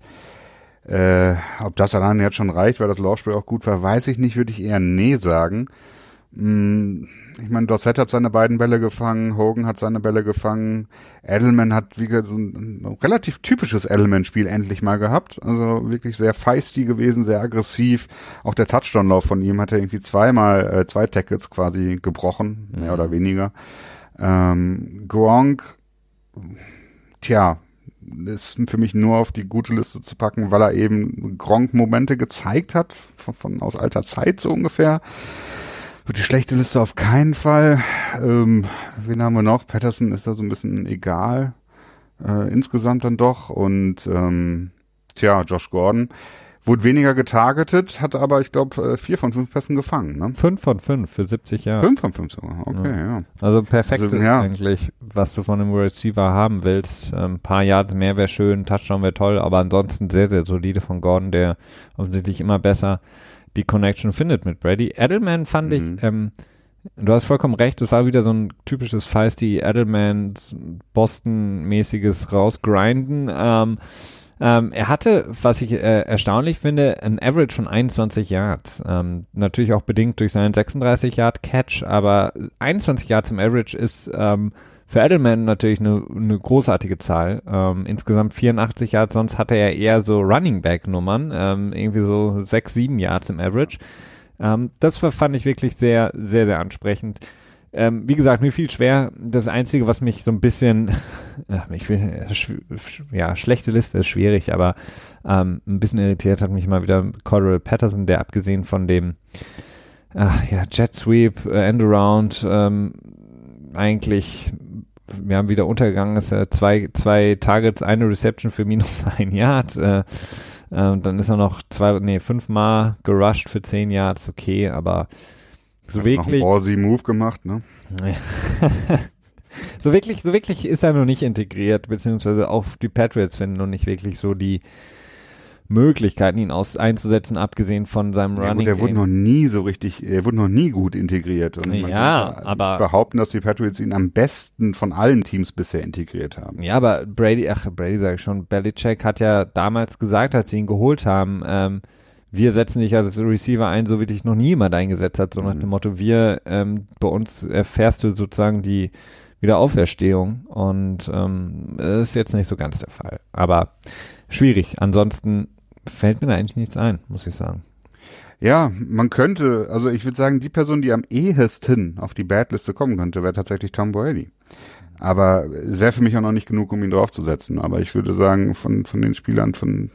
Ob das alleine jetzt schon reicht, weil das Laufspiel auch gut war, weiß ich nicht, würde ich eher nee sagen. Ich meine, Dorsett hat seine beiden Bälle gefangen, Hogan hat seine Bälle gefangen, Edelman hat wieder so ein relativ typisches Edelman-Spiel endlich mal gehabt, also wirklich sehr feisty gewesen, sehr aggressiv. Auch der Touchdown-Lauf von ihm hat er irgendwie zweimal 2 Tackles quasi gebrochen, mehr oder weniger. Gronk, ist für mich nur auf die gute Liste zu packen, weil er eben Gronk-Momente gezeigt hat, aus alter Zeit so ungefähr. Wird die schlechte Liste auf keinen Fall. Wen haben wir noch? Patterson ist da so ein bisschen egal. Insgesamt dann doch. Und Josh Gordon wurde weniger getargetet, hat aber, ich glaube, 4 von 5 Pässen gefangen. Ne? 5 von 5 für 70 Jahre. 5 von 5 sogar, okay, ja. Also perfekt eigentlich, was du von einem Receiver haben willst. Ein paar Yards mehr wäre schön, Touchdown wäre toll, aber ansonsten sehr, sehr solide von Gordon, der offensichtlich immer besser die Connection findet mit Brady. Edelman fand ich, du hast vollkommen recht, es war wieder so ein typisches feisty Edelman Boston-mäßiges Rausgrinden. Er hatte, was ich erstaunlich finde, ein Average von 21 Yards. Natürlich auch bedingt durch seinen 36-Yard-Catch, aber 21 Yards im Average ist für Edelman natürlich eine großartige Zahl. Insgesamt 84 Yards, sonst hatte er eher so Running-Back-Nummern, irgendwie so 6, 7 Yards im Average. Das fand ich wirklich sehr, sehr, sehr ansprechend. Wie gesagt, mir fiel schwer. Das Einzige, was mich so ein bisschen, schlechte Liste ist schwierig, aber ein bisschen irritiert hat mich mal wieder Cordell Patterson, der abgesehen von dem Jet Sweep, Endaround, eigentlich wir haben wieder untergegangen ist, 2 Targets, eine Reception für minus 1 Yard, dann ist er noch 5 Mal gerusht für 10 Yards, okay, aber so wirklich. Noch einen ballsy Move gemacht, ne? so wirklich ist er noch nicht integriert, beziehungsweise auch die Patriots finden noch nicht wirklich so die Möglichkeiten, ihn einzusetzen, abgesehen von seinem Running Game. Er wurde noch nie gut integriert. Und man kann aber behaupten, dass die Patriots ihn am besten von allen Teams bisher integriert haben. Ja, aber Brady sage ich schon, Belichick hat ja damals gesagt, als sie ihn geholt haben, wir setzen dich als Receiver ein, so wie dich noch nie jemand eingesetzt hat, so nach dem Motto, bei uns erfährst du sozusagen die Wiederauferstehung und das ist jetzt nicht so ganz der Fall, aber schwierig, ansonsten fällt mir da eigentlich nichts ein, muss ich sagen. Ja, man könnte, also ich würde sagen, die Person, die am ehesten auf die Bad-Liste kommen könnte, wäre tatsächlich Tom Brady. Aber es wäre für mich auch noch nicht genug, um ihn draufzusetzen, aber ich würde sagen, von den Spielern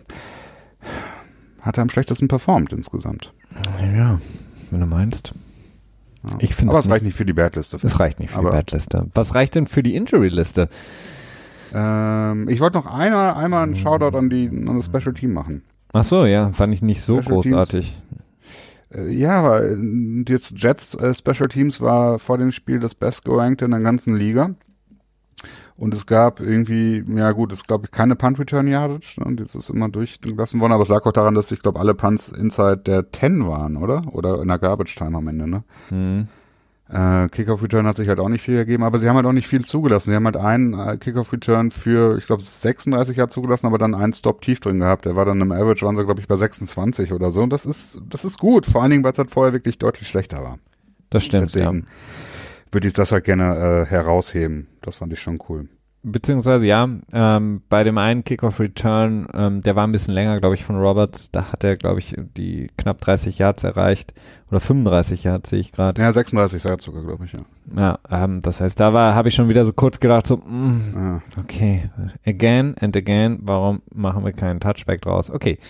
hat er am schlechtesten performt insgesamt. Ja, wenn du meinst. Ja. Ich finde, aber es reicht nicht für die Bad-Liste. Es reicht nicht für die Bad-Liste. Was reicht denn für die Injury-Liste? Ich wollte noch einmal einen Shoutout an das Special Team machen. Ach so, ja, fand ich nicht so Special großartig. Ja, aber jetzt Jets Special Teams war vor dem Spiel das bestgerankte in der ganzen Liga. Und es gab irgendwie, ja gut, es glaube ich keine Punt-Return-Yardage, und jetzt ist immer durchgelassen worden, aber es lag auch daran, dass ich glaube alle Punts inside der 10 waren, oder? Oder in der Garbage-Time am Ende, ne? Kickoff-Return hat sich halt auch nicht viel gegeben, aber sie haben halt auch nicht viel zugelassen. Sie haben halt einen Kickoff-Return für, ich glaube 36 Jahre zugelassen, aber dann einen Stop tief drin gehabt. Der war dann im Average, waren sie glaube ich bei 26 oder so, und das ist gut, vor allen Dingen, weil es halt vorher wirklich deutlich schlechter war. Das stimmt, deswegen würde ich das halt gerne herausheben. Das fand ich schon cool. Beziehungsweise bei dem einen Kickoff-Return, der war ein bisschen länger, glaube ich, von Roberts. Da hat er, glaube ich, die knapp 30 Yards erreicht. Oder 35 Yards, sehe ich gerade. Ja, 36 Yards sogar, glaube ich, ja. Ja, das heißt, habe ich schon wieder so kurz gedacht, okay, again and again, warum machen wir keinen Touchback draus? Okay.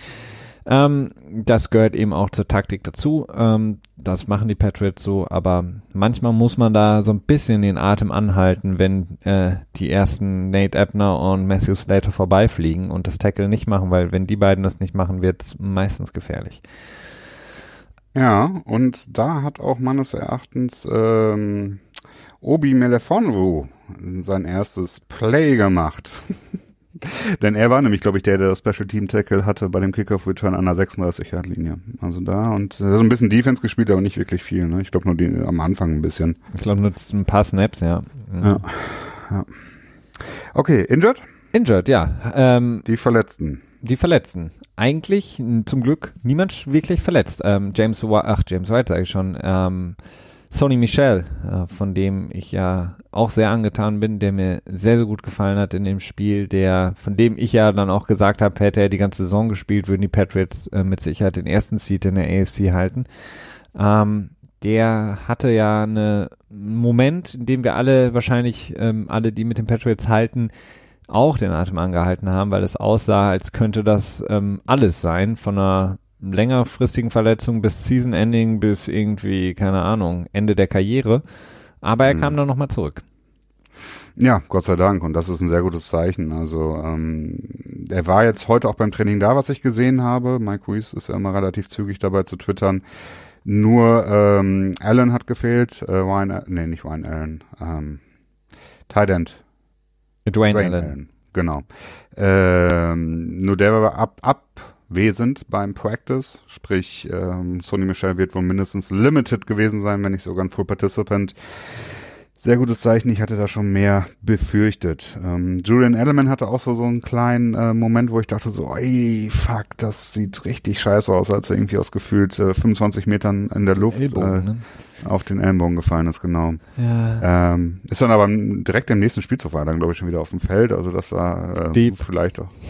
Das gehört eben auch zur Taktik dazu. Das machen die Patriots so, aber manchmal muss man da so ein bisschen den Atem anhalten, wenn die ersten Nate Ebner und Matthew Slater vorbeifliegen und das Tackle nicht machen, weil wenn die beiden das nicht machen, wird es meistens gefährlich. Ja, und da hat auch meines Erachtens Obi Melifonwu sein erstes Play gemacht. Denn er war nämlich, glaube ich, der das Special Team Tackle hatte bei dem Kickoff-Return an der 36-Yard-Linie. Also da, und so ein bisschen Defense gespielt, aber nicht wirklich viel. Ne? Ich glaube nur am Anfang ein bisschen. Ich glaube nur ein paar Snaps, ja. Ja. Okay, injured? Injured, ja. Die Verletzten. Eigentlich zum Glück niemand wirklich verletzt. James White sage ich schon. Sonny Michel, von dem ich ja auch sehr angetan bin, der mir sehr, sehr gut gefallen hat in dem Spiel, von dem ich ja dann auch gesagt habe, hätte er die ganze Saison gespielt, würden die Patriots mit Sicherheit den ersten Seed in der AFC halten. Der hatte ja einen Moment, in dem wir alle wahrscheinlich, alle, die mit den Patriots halten, auch den Atem angehalten haben, weil es aussah, als könnte das alles sein, von einer längerfristigen Verletzung bis Season-Ending bis irgendwie, keine Ahnung, Ende der Karriere. Aber er kam dann nochmal zurück. Ja, Gott sei Dank. Und das ist ein sehr gutes Zeichen. Also er war jetzt heute auch beim Training da, was ich gesehen habe. Mike Ruiz ist ja immer relativ zügig dabei zu twittern. Nur Allen hat gefehlt. Nicht Ryan Allen. Tight End. Dwayne Allen. Genau. Nur der war abwesend beim Practice. Sprich, Sonny Michel wird wohl mindestens limited gewesen sein, wenn nicht sogar ein Full Participant. Sehr gutes Zeichen, ich hatte da schon mehr befürchtet. Julian Edelman hatte auch so einen kleinen Moment, wo ich dachte so, ey, fuck, das sieht richtig scheiße aus, als er irgendwie aus gefühlt 25 Metern in der Luft auf den Ellenbogen gefallen ist, genau. Ja. Ist dann aber direkt im nächsten Spielzug war er dann, glaube ich, schon wieder auf dem Feld, also das war vielleicht auch.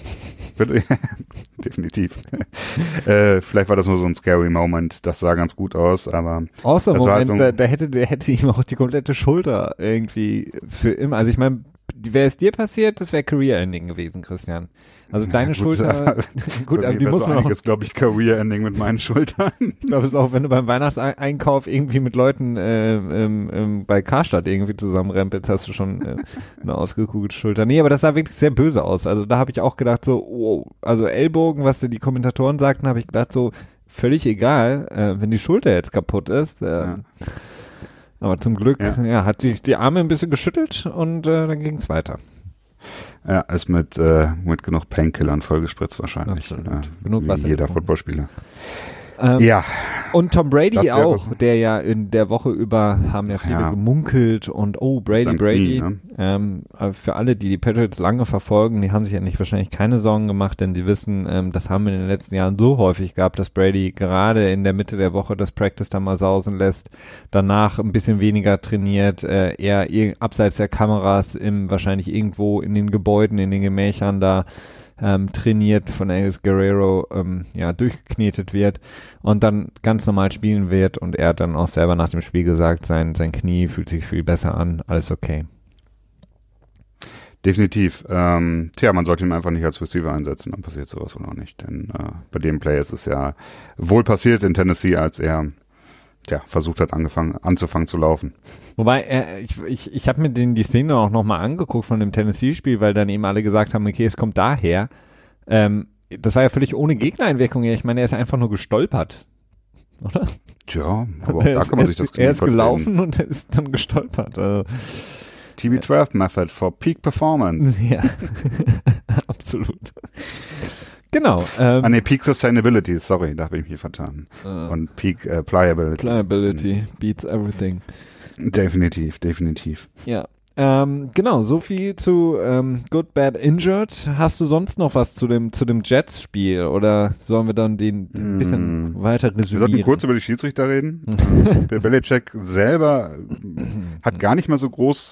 Definitiv. Vielleicht war das nur so ein scary Moment, das sah ganz gut aus, aber außer Moment, halt da hätte ihm auch die komplette Schulter irgendwie für immer, also ich meine, wäre es dir passiert, das wäre Career-Ending gewesen, Christian. Also deine Schulter, gut, aber die muss man auch. Ist, glaube ich, Career-Ending mit meinen Schultern. Ich glaube, es ist auch, wenn du beim Weihnachtseinkauf irgendwie mit Leuten bei Karstadt irgendwie zusammenrempelst, hast du schon eine ausgekugelte Schulter. Nee, aber das sah wirklich sehr böse aus. Also da habe ich auch gedacht so, wow, also Ellbogen, was die Kommentatoren sagten, habe ich gedacht so, völlig egal, wenn die Schulter jetzt kaputt ist. Ja. Aber zum Glück, hat sich die Arme ein bisschen geschüttelt und dann ging es weiter. Ja, ist mit genug Painkillern vollgespritzt wahrscheinlich. Genug Wasser. Wie jeder Footballspieler. Ja. Und Tom Brady auch, der ja in der Woche über haben ja viele gemunkelt und Brady. Knie, ne? Für alle, die Patriots lange verfolgen, die haben sich ja nicht wahrscheinlich keine Sorgen gemacht, denn sie wissen, das haben wir in den letzten Jahren so häufig gehabt, dass Brady gerade in der Mitte der Woche das Practice dann mal sausen lässt, danach ein bisschen weniger trainiert, eher abseits der Kameras wahrscheinlich irgendwo in den Gebäuden, in den Gemächern da trainiert von Alex Guerrero, durchgeknetet wird und dann ganz normal spielen wird und er hat dann auch selber nach dem Spiel gesagt, sein Knie fühlt sich viel besser an, alles okay. Definitiv. Man sollte ihn einfach nicht als Receiver einsetzen, dann passiert sowas wohl auch nicht, denn bei dem Play ist es ja wohl passiert in Tennessee, als er versucht hat, anzufangen zu laufen. Wobei, ich habe mir die Szene auch nochmal angeguckt von dem Tennessee-Spiel, weil dann eben alle gesagt haben, okay, es kommt daher. Das war ja völlig ohne Gegnereinwirkung. Ich meine, er ist einfach nur gestolpert, oder? Tja, aber auch da kann man sich das Er ist gelaufen und er ist dann gestolpert. Also, TB12 Method for Peak Performance. Ja, absolut. Genau. Peak Sustainability, sorry, da habe ich mich vertan. Und Peak Pliability. Pliability beats everything. Definitiv. Ja. Genau, so viel zu Good, Bad, Injured. Hast du sonst noch was zu dem Jets-Spiel oder sollen wir dann den bisschen weiter resümieren? Wir sollten kurz über die Schiedsrichter reden. Der Belichick selber hat gar nicht mal so groß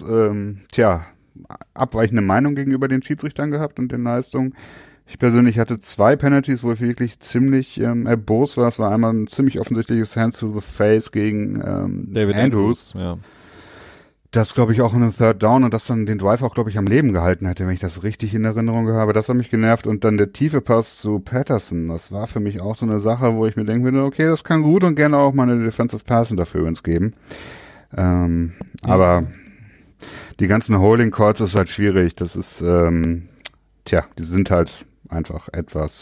abweichende Meinung gegenüber den Schiedsrichtern gehabt und den Leistungen. Ich persönlich hatte 2 Penalties, wo ich wirklich ziemlich erbost war. Es war einmal ein ziemlich offensichtliches Hands to the Face gegen David Andrews. Ja. Das, glaube ich, auch in einem Third Down und das dann den Drive auch, glaube ich, am Leben gehalten hätte, wenn ich das richtig in Erinnerung habe. Das hat mich genervt. Und dann der tiefe Pass zu Patterson. Das war für mich auch so eine Sache, wo ich mir denken würde, okay, das kann gut und gerne auch mal eine Defensive Pass Interference geben. Aber die ganzen Holding Calls ist halt schwierig. Das ist, die sind halt einfach etwas,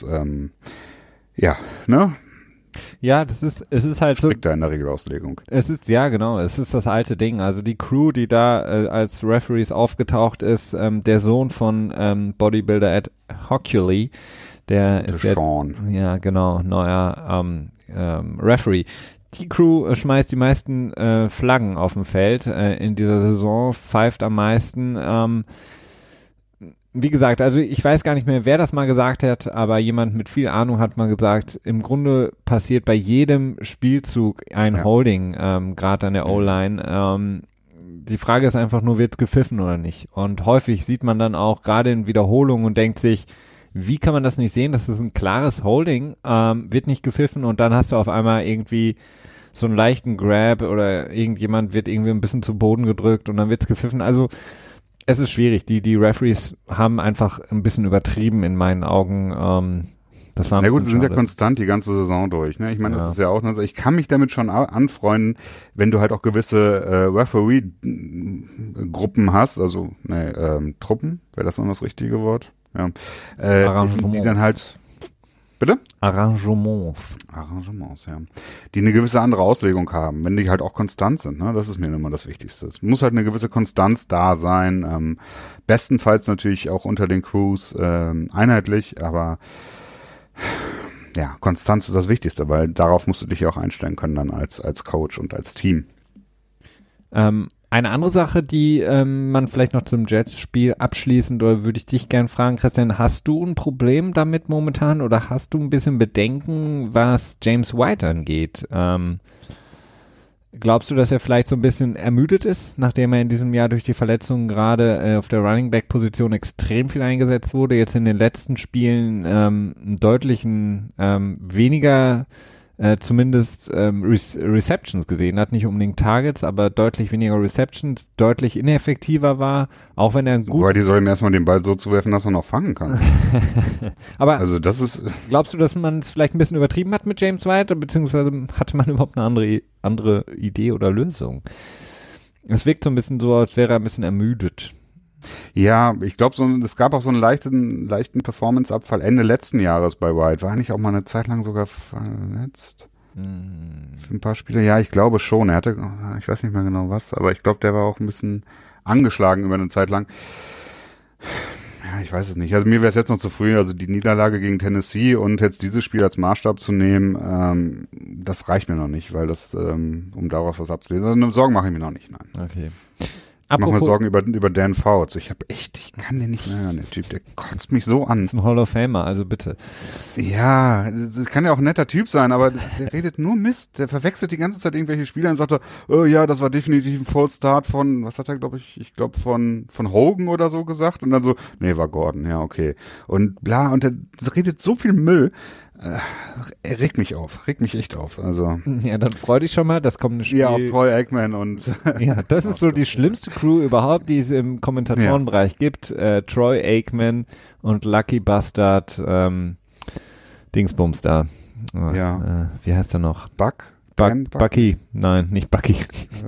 Ja, es ist halt so. Da in der Regelauslegung. Es ist das alte Ding. Also die Crew, die da als Referees aufgetaucht ist, der Sohn von Bodybuilder Ed Hockley, der ist ja genau, neuer Referee. Die Crew schmeißt die meisten Flaggen auf dem Feld in dieser Saison, pfeift am meisten. wie gesagt, also ich weiß gar nicht mehr, wer das mal gesagt hat, aber jemand mit viel Ahnung hat mal gesagt, im Grunde passiert bei jedem Spielzug ein Holding, gerade an der O-Line. Die Frage ist einfach nur, wird's gepfiffen oder nicht? Und häufig sieht man dann auch gerade in Wiederholungen und denkt sich, wie kann man das nicht sehen? Das ist ein klares Holding, wird nicht gepfiffen und dann hast du auf einmal irgendwie so einen leichten Grab oder irgendjemand wird irgendwie ein bisschen zu Boden gedrückt und dann wird's gepfiffen. Also es ist schwierig. Die Referees haben einfach ein bisschen übertrieben in meinen Augen. Das war Na gut, sie sind ja konstant die ganze Saison durch. Ne? Ich meine, das ist ja auch, also ich kann mich damit schon anfreunden, wenn du halt auch gewisse Referee-Gruppen hast, also Truppen, wäre das noch das richtige Wort? Ja. Die dann halt, bitte? Arrangements, ja. Die eine gewisse andere Auslegung haben, wenn die halt auch konstant sind, ne? Das ist mir immer das Wichtigste. Es muss halt eine gewisse Konstanz da sein, bestenfalls natürlich auch unter den Crews einheitlich, aber ja, Konstanz ist das Wichtigste, weil darauf musst du dich auch einstellen können dann als Coach und als Team. Eine andere Sache, die man vielleicht noch zum Jets-Spiel abschließend, oder würde ich dich gern fragen, Christian, hast du ein Problem damit momentan oder hast du ein bisschen Bedenken, was James White angeht? Glaubst du, dass er vielleicht so ein bisschen ermüdet ist, nachdem er in diesem Jahr durch die Verletzungen gerade auf der Running-Back-Position extrem viel eingesetzt wurde, jetzt in den letzten Spielen einen deutlichen weniger zumindest Receptions gesehen hat, nicht unbedingt Targets, aber deutlich weniger Receptions, deutlich ineffektiver war, auch wenn er gut... Wobei, die sollen erstmal den Ball so zuwerfen, dass er noch fangen kann. Aber also das ist... Glaubst du, dass man es vielleicht ein bisschen übertrieben hat mit James White, beziehungsweise hatte man überhaupt eine andere Idee oder Lösung? Es wirkt so ein bisschen so, als wäre er ein bisschen ermüdet. Ja, ich glaube, es gab auch so einen leichten Performance-Abfall Ende letzten Jahres bei White. War nicht auch mal eine Zeit lang sogar verletzt? Für ein paar Spiele? Ja, ich glaube schon. Er hatte, ich weiß nicht mehr genau was, aber ich glaube, der war auch ein bisschen angeschlagen über eine Zeit lang. Ja, ich weiß es nicht. Also mir wäre es jetzt noch zu früh. Also die Niederlage gegen Tennessee und jetzt dieses Spiel als Maßstab zu nehmen, das reicht mir noch nicht, weil das, um daraus was abzulesen. Also Sorgen mache ich mir noch nicht, nein. Okay. Ich mache mir Sorgen über Dan Fouts. Ich kann den nicht mehr hören, der Typ, der kotzt mich so an. Das ist ein Hall of Famer, also bitte. Ja, das kann ja auch ein netter Typ sein, aber der redet nur Mist. Der verwechselt die ganze Zeit irgendwelche Spieler und sagt, oh ja, das war definitiv ein False Start von, was hat er, glaube ich, von Hogan oder so gesagt. Und dann so, nee, war Gordon, ja, okay. Und bla, und der redet so viel Müll. Er regt mich echt auf. Also ja, dann freu dich schon mal, das kommende Spiel. Ja, auf Troy Aikman und ja, das ist so die schlimmste Crew überhaupt, die es im Kommentatorenbereich gibt. Troy Aikman und Lucky Bastard Dingsbums da. Wie heißt er noch? Bucky. Nein, nicht Bucky.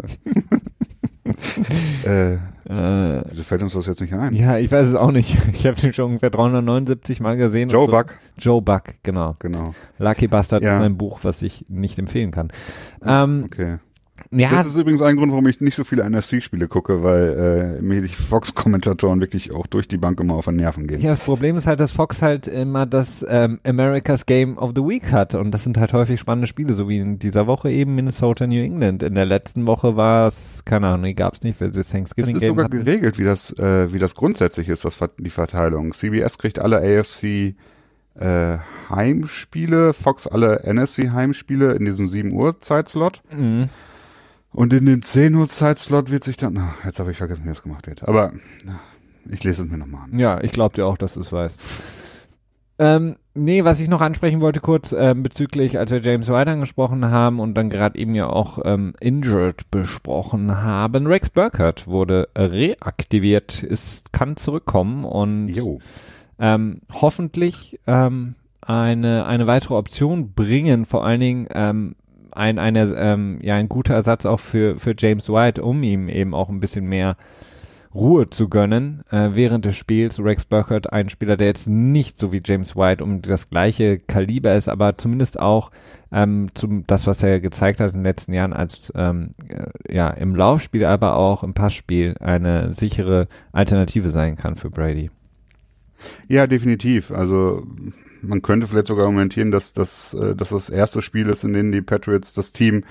Wieso fällt uns das jetzt nicht ein? Ja, ich weiß es auch nicht. Ich habe ihn schon ungefähr 379 Mal gesehen. Joe Buck. Joe Buck, genau. Lucky Bastard ist ein Buch, was ich nicht empfehlen kann. Okay. Ja, das ist übrigens ein Grund, warum ich nicht so viele NFC-Spiele gucke, weil mir die Fox-Kommentatoren wirklich auch durch die Bank immer auf den Nerven gehen. Ja, das Problem ist halt, dass Fox halt immer das America's Game of the Week hat und das sind halt häufig spannende Spiele, so wie in dieser Woche eben Minnesota, New England. In der letzten Woche war es, keine Ahnung, gab es nicht, weil sie das Thanksgiving Game hatten. Es ist sogar geregelt, wie das grundsätzlich ist, die Verteilung. CBS kriegt alle AFC Heimspiele, Fox alle NFC Heimspiele in diesem 7 Uhr Zeitslot. Mhm. Und in dem 10 Uhr Zeitslot wird sich dann, jetzt habe ich vergessen, wie das gemacht wird. Aber ich lese es mir nochmal an. Ja, ich glaube dir auch, dass du es weißt. Nee, was ich noch ansprechen wollte kurz bezüglich, als wir James White angesprochen haben und dann gerade eben ja auch Injured besprochen haben. Rex Burkhead wurde reaktiviert, kann zurückkommen und hoffentlich eine weitere Option bringen, vor allen Dingen ein guter Ersatz auch für James White, um ihm eben auch ein bisschen mehr Ruhe zu gönnen während des Spiels. Rex Burkhead, ein Spieler, der jetzt nicht so wie James White um das gleiche Kaliber ist, aber zumindest auch das, was er gezeigt hat in den letzten Jahren als im Laufspiel, aber auch im Passspiel eine sichere Alternative sein kann für Brady. Ja, definitiv. Also man könnte vielleicht sogar argumentieren, dass das erste Spiel ist, in dem die Patriots das Team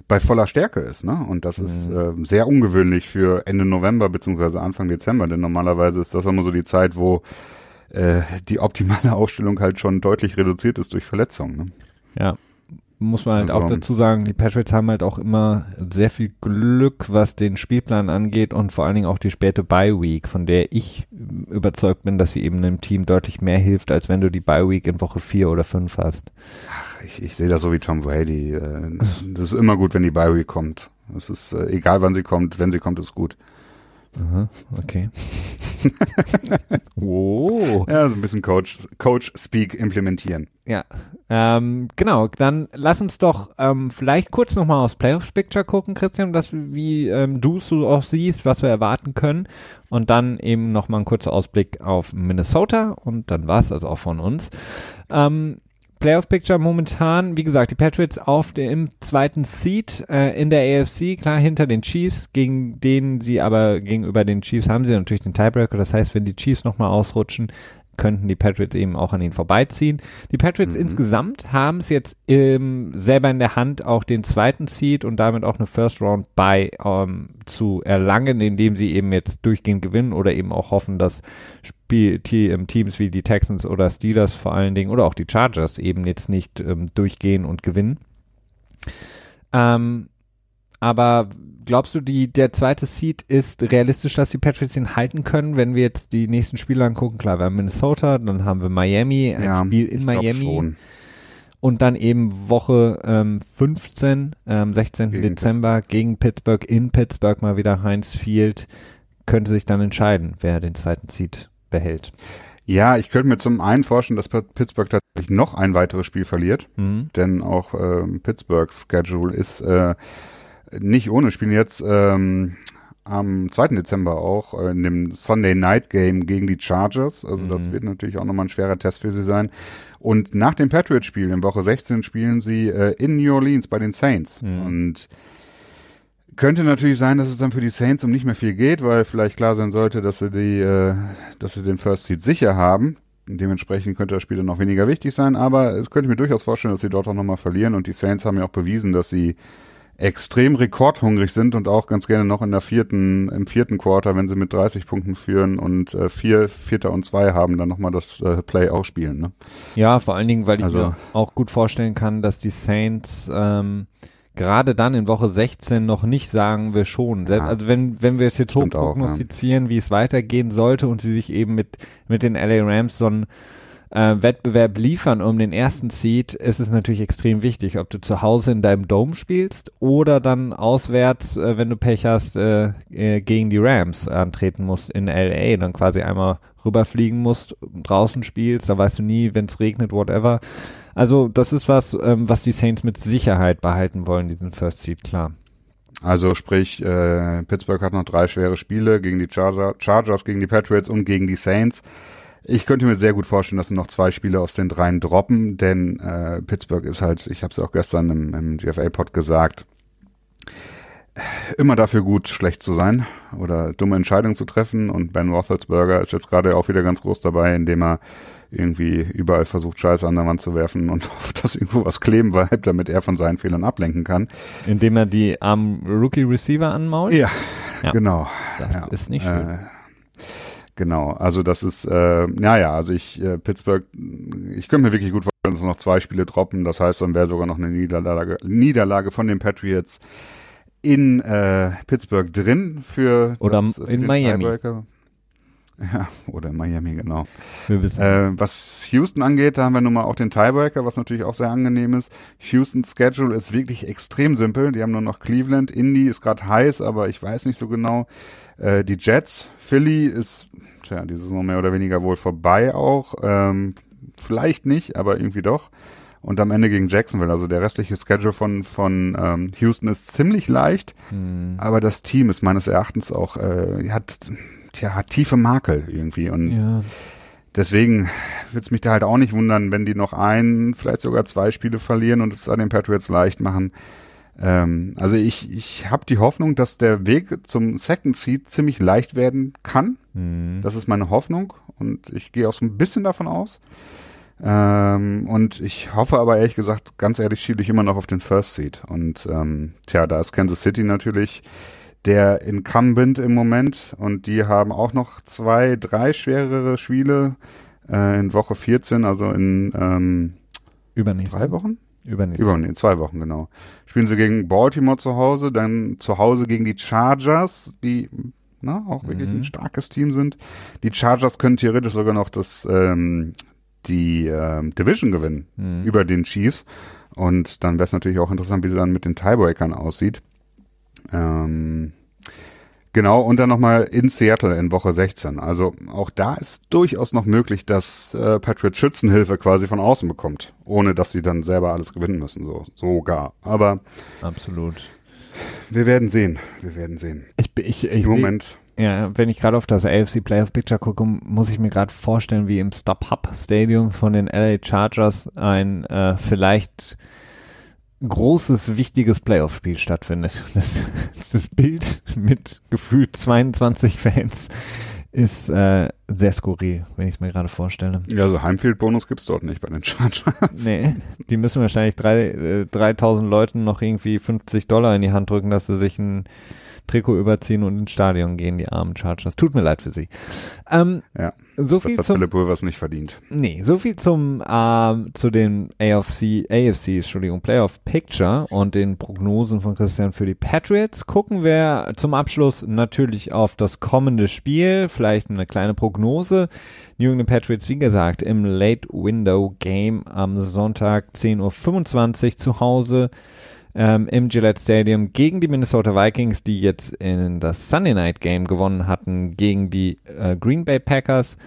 bei voller Stärke ist, ne? Und das ist sehr ungewöhnlich für Ende November beziehungsweise Anfang Dezember, denn normalerweise ist das immer so die Zeit, wo die optimale Aufstellung halt schon deutlich reduziert ist durch Verletzungen, ne? Ja. Muss man halt auch dazu sagen, die Patriots haben halt auch immer sehr viel Glück, was den Spielplan angeht und vor allen Dingen auch die späte Bye-Week, von der ich überzeugt bin, dass sie eben einem Team deutlich mehr hilft, als wenn du die Bye-Week in Woche 4 oder 5 hast. Ach, ich sehe das so wie Tom Brady. Das ist immer gut, wenn die Bye-Week kommt. Es ist egal, wann sie kommt, wenn sie kommt, ist gut. Aha, okay. Wow. Ja, so ein bisschen Coach-Speak implementieren. Ja, genau. Dann lass uns doch vielleicht kurz nochmal aufs Playoffs-Picture gucken, Christian, wie du es so auch siehst, was wir erwarten können. Und dann eben nochmal ein kurzer Ausblick auf Minnesota und dann war es also auch von uns. Playoff-Picture momentan, wie gesagt, die Patriots im zweiten Seed in der AFC, klar hinter den Chiefs, gegenüber den Chiefs haben sie natürlich den Tiebreaker, das heißt, wenn die Chiefs nochmal ausrutschen, könnten die Patriots eben auch an ihnen vorbeiziehen. Die Patriots insgesamt haben es jetzt selber in der Hand, auch den zweiten Seed und damit auch eine First-Round-Bye zu erlangen, indem sie eben jetzt durchgehend gewinnen oder eben auch hoffen, dass Teams wie die Texans oder Steelers vor allen Dingen oder auch die Chargers eben jetzt nicht durchgehen und gewinnen. Aber glaubst du, der zweite Seed ist realistisch, dass die Patriots ihn halten können, wenn wir jetzt die nächsten Spiele angucken? Klar, wir haben Minnesota, dann haben wir Miami, ein Spiel in Miami schon. Und dann eben Woche 15, 16. Dezember gegen Pittsburgh, in Pittsburgh mal wieder Heinz Field, könnte sich dann entscheiden, wer den zweiten Seed behält. Ja, ich könnte mir zum einen vorstellen, dass Pittsburgh tatsächlich noch ein weiteres Spiel verliert, denn auch Pittsburghs Schedule ist nicht ohne, spielen jetzt am 2. Dezember auch in dem Sunday Night Game gegen die Chargers. Also das wird natürlich auch nochmal ein schwerer Test für sie sein. Und nach dem Patriots-Spiel in Woche 16 spielen sie in New Orleans bei den Saints. Und könnte natürlich sein, dass es dann für die Saints um nicht mehr viel geht, weil vielleicht klar sein sollte, dass sie den First Seed sicher haben. Dementsprechend könnte das Spiel dann noch weniger wichtig sein. Aber es könnte ich mir durchaus vorstellen, dass sie dort auch nochmal verlieren. Und die Saints haben ja auch bewiesen, dass sie extrem rekordhungrig sind und auch ganz gerne noch im vierten Quarter, wenn sie mit 30 Punkten führen und Vierter und 2 haben, dann nochmal das Play ausspielen. Ne? Ja, vor allen Dingen, weil ich mir auch gut vorstellen kann, dass die Saints gerade dann in Woche 16 noch nicht sagen wir schon. Ja, also wenn wir es jetzt hoch prognostizieren, wie es weitergehen sollte und sie sich eben mit den LA Rams so einen Wettbewerb liefern um den ersten Seed, ist es natürlich extrem wichtig, ob du zu Hause in deinem Dome spielst oder dann auswärts, wenn du Pech hast, gegen die Rams antreten musst in LA, dann quasi einmal rüberfliegen musst, draußen spielst, da weißt du nie, wenn es regnet, whatever. Also das ist was die Saints mit Sicherheit behalten wollen, diesen First Seed, klar. Also sprich, Pittsburgh hat noch 3 schwere Spiele gegen die Chargers, gegen die Patriots und gegen die Saints. Ich könnte mir sehr gut vorstellen, dass sie noch 2 Spiele aus den 3 droppen, denn Pittsburgh ist halt, ich habe es ja auch gestern im GFA-Pod gesagt, immer dafür gut, schlecht zu sein oder dumme Entscheidungen zu treffen, und Ben Roethlisberger ist jetzt gerade auch wieder ganz groß dabei, indem er irgendwie überall versucht, Scheiße an der Wand zu werfen und hofft, dass irgendwo was kleben bleibt, damit er von seinen Fehlern ablenken kann. Indem er die armen Rookie-Receiver anmault? Ja, genau. Das ist nicht schön. Genau, also das ist, also Pittsburgh, ich könnte mir wirklich gut vorstellen, dass noch 2 Spiele droppen, das heißt, dann wäre sogar noch eine Niederlage von den Patriots in Pittsburgh drin für in Miami. Tiebreaker. Ja, oder in Miami, genau. Wir wissen. Was Houston angeht, da haben wir nun mal auch den Tiebreaker, was natürlich auch sehr angenehm ist. Houstons Schedule ist wirklich extrem simpel. Die haben nur noch Cleveland, Indy ist gerade heiß, aber ich weiß nicht so genau. Die Jets, Philly ist, die Saison mehr oder weniger wohl vorbei auch. Vielleicht nicht, aber irgendwie doch. Und am Ende gegen Jacksonville, also der restliche Schedule von Houston ist ziemlich leicht, aber das Team ist meines Erachtens auch, hat tiefe Makel irgendwie, und deswegen würde es mich da halt auch nicht wundern, wenn die noch vielleicht sogar 2 Spiele verlieren und es an den Patriots leicht machen. Also ich habe die Hoffnung, dass der Weg zum Second Seed ziemlich leicht werden kann. Das ist meine Hoffnung und ich gehe auch so ein bisschen davon aus. Und ich hoffe aber ehrlich gesagt, ganz ehrlich, schiele ich immer noch auf den First Seed. Und da ist Kansas City natürlich der Incumbent im Moment. Und die haben auch noch 2, 3 schwerere Spiele in Woche 14, also in Übernächste. 3 Wochen? Übernächste. 2 Wochen, genau. Spielen sie gegen Baltimore zu Hause, dann zu Hause gegen die Chargers, die auch wirklich ein starkes Team sind. Die Chargers können theoretisch sogar noch die Division gewinnen über den Chiefs. Und dann wäre es natürlich auch interessant, wie sie dann mit den Tiebreakern aussieht. Genau, und dann nochmal in Seattle in Woche 16. Also auch da ist durchaus noch möglich, dass Patriots Schützenhilfe quasi von außen bekommt, ohne dass sie dann selber alles gewinnen müssen, sogar. Aber absolut. Wir werden sehen. Im Moment. Ja, wenn ich gerade auf das AFC Playoff Picture gucke, muss ich mir gerade vorstellen, wie im StubHub Stadium von den LA Chargers ein vielleicht großes, wichtiges Playoff-Spiel stattfindet. Das Bild mit gefühlt 22 Fans ist sehr skurril, wenn ich es mir gerade vorstelle. Ja, so Heimfield-Bonus gibt's dort nicht bei den Chargers. Nee, die müssen wahrscheinlich 3.000 Leuten noch irgendwie $50 in die Hand drücken, dass sie sich ein Trikot überziehen und ins Stadion gehen, die armen Chargers. Tut mir leid für sie. So viel das hat Philipp Pulvers nicht verdient. Nee, so viel zu den AFC Playoff Picture und den Prognosen von Christian für die Patriots. Gucken wir zum Abschluss natürlich auf das kommende Spiel, vielleicht eine kleine Prognose. New England Patriots, wie gesagt, im Late Window Game am Sonntag 10:25 Uhr zu Hause im Gillette Stadium gegen die Minnesota Vikings, die jetzt in das Sunday Night Game gewonnen hatten gegen die Green Bay Packers.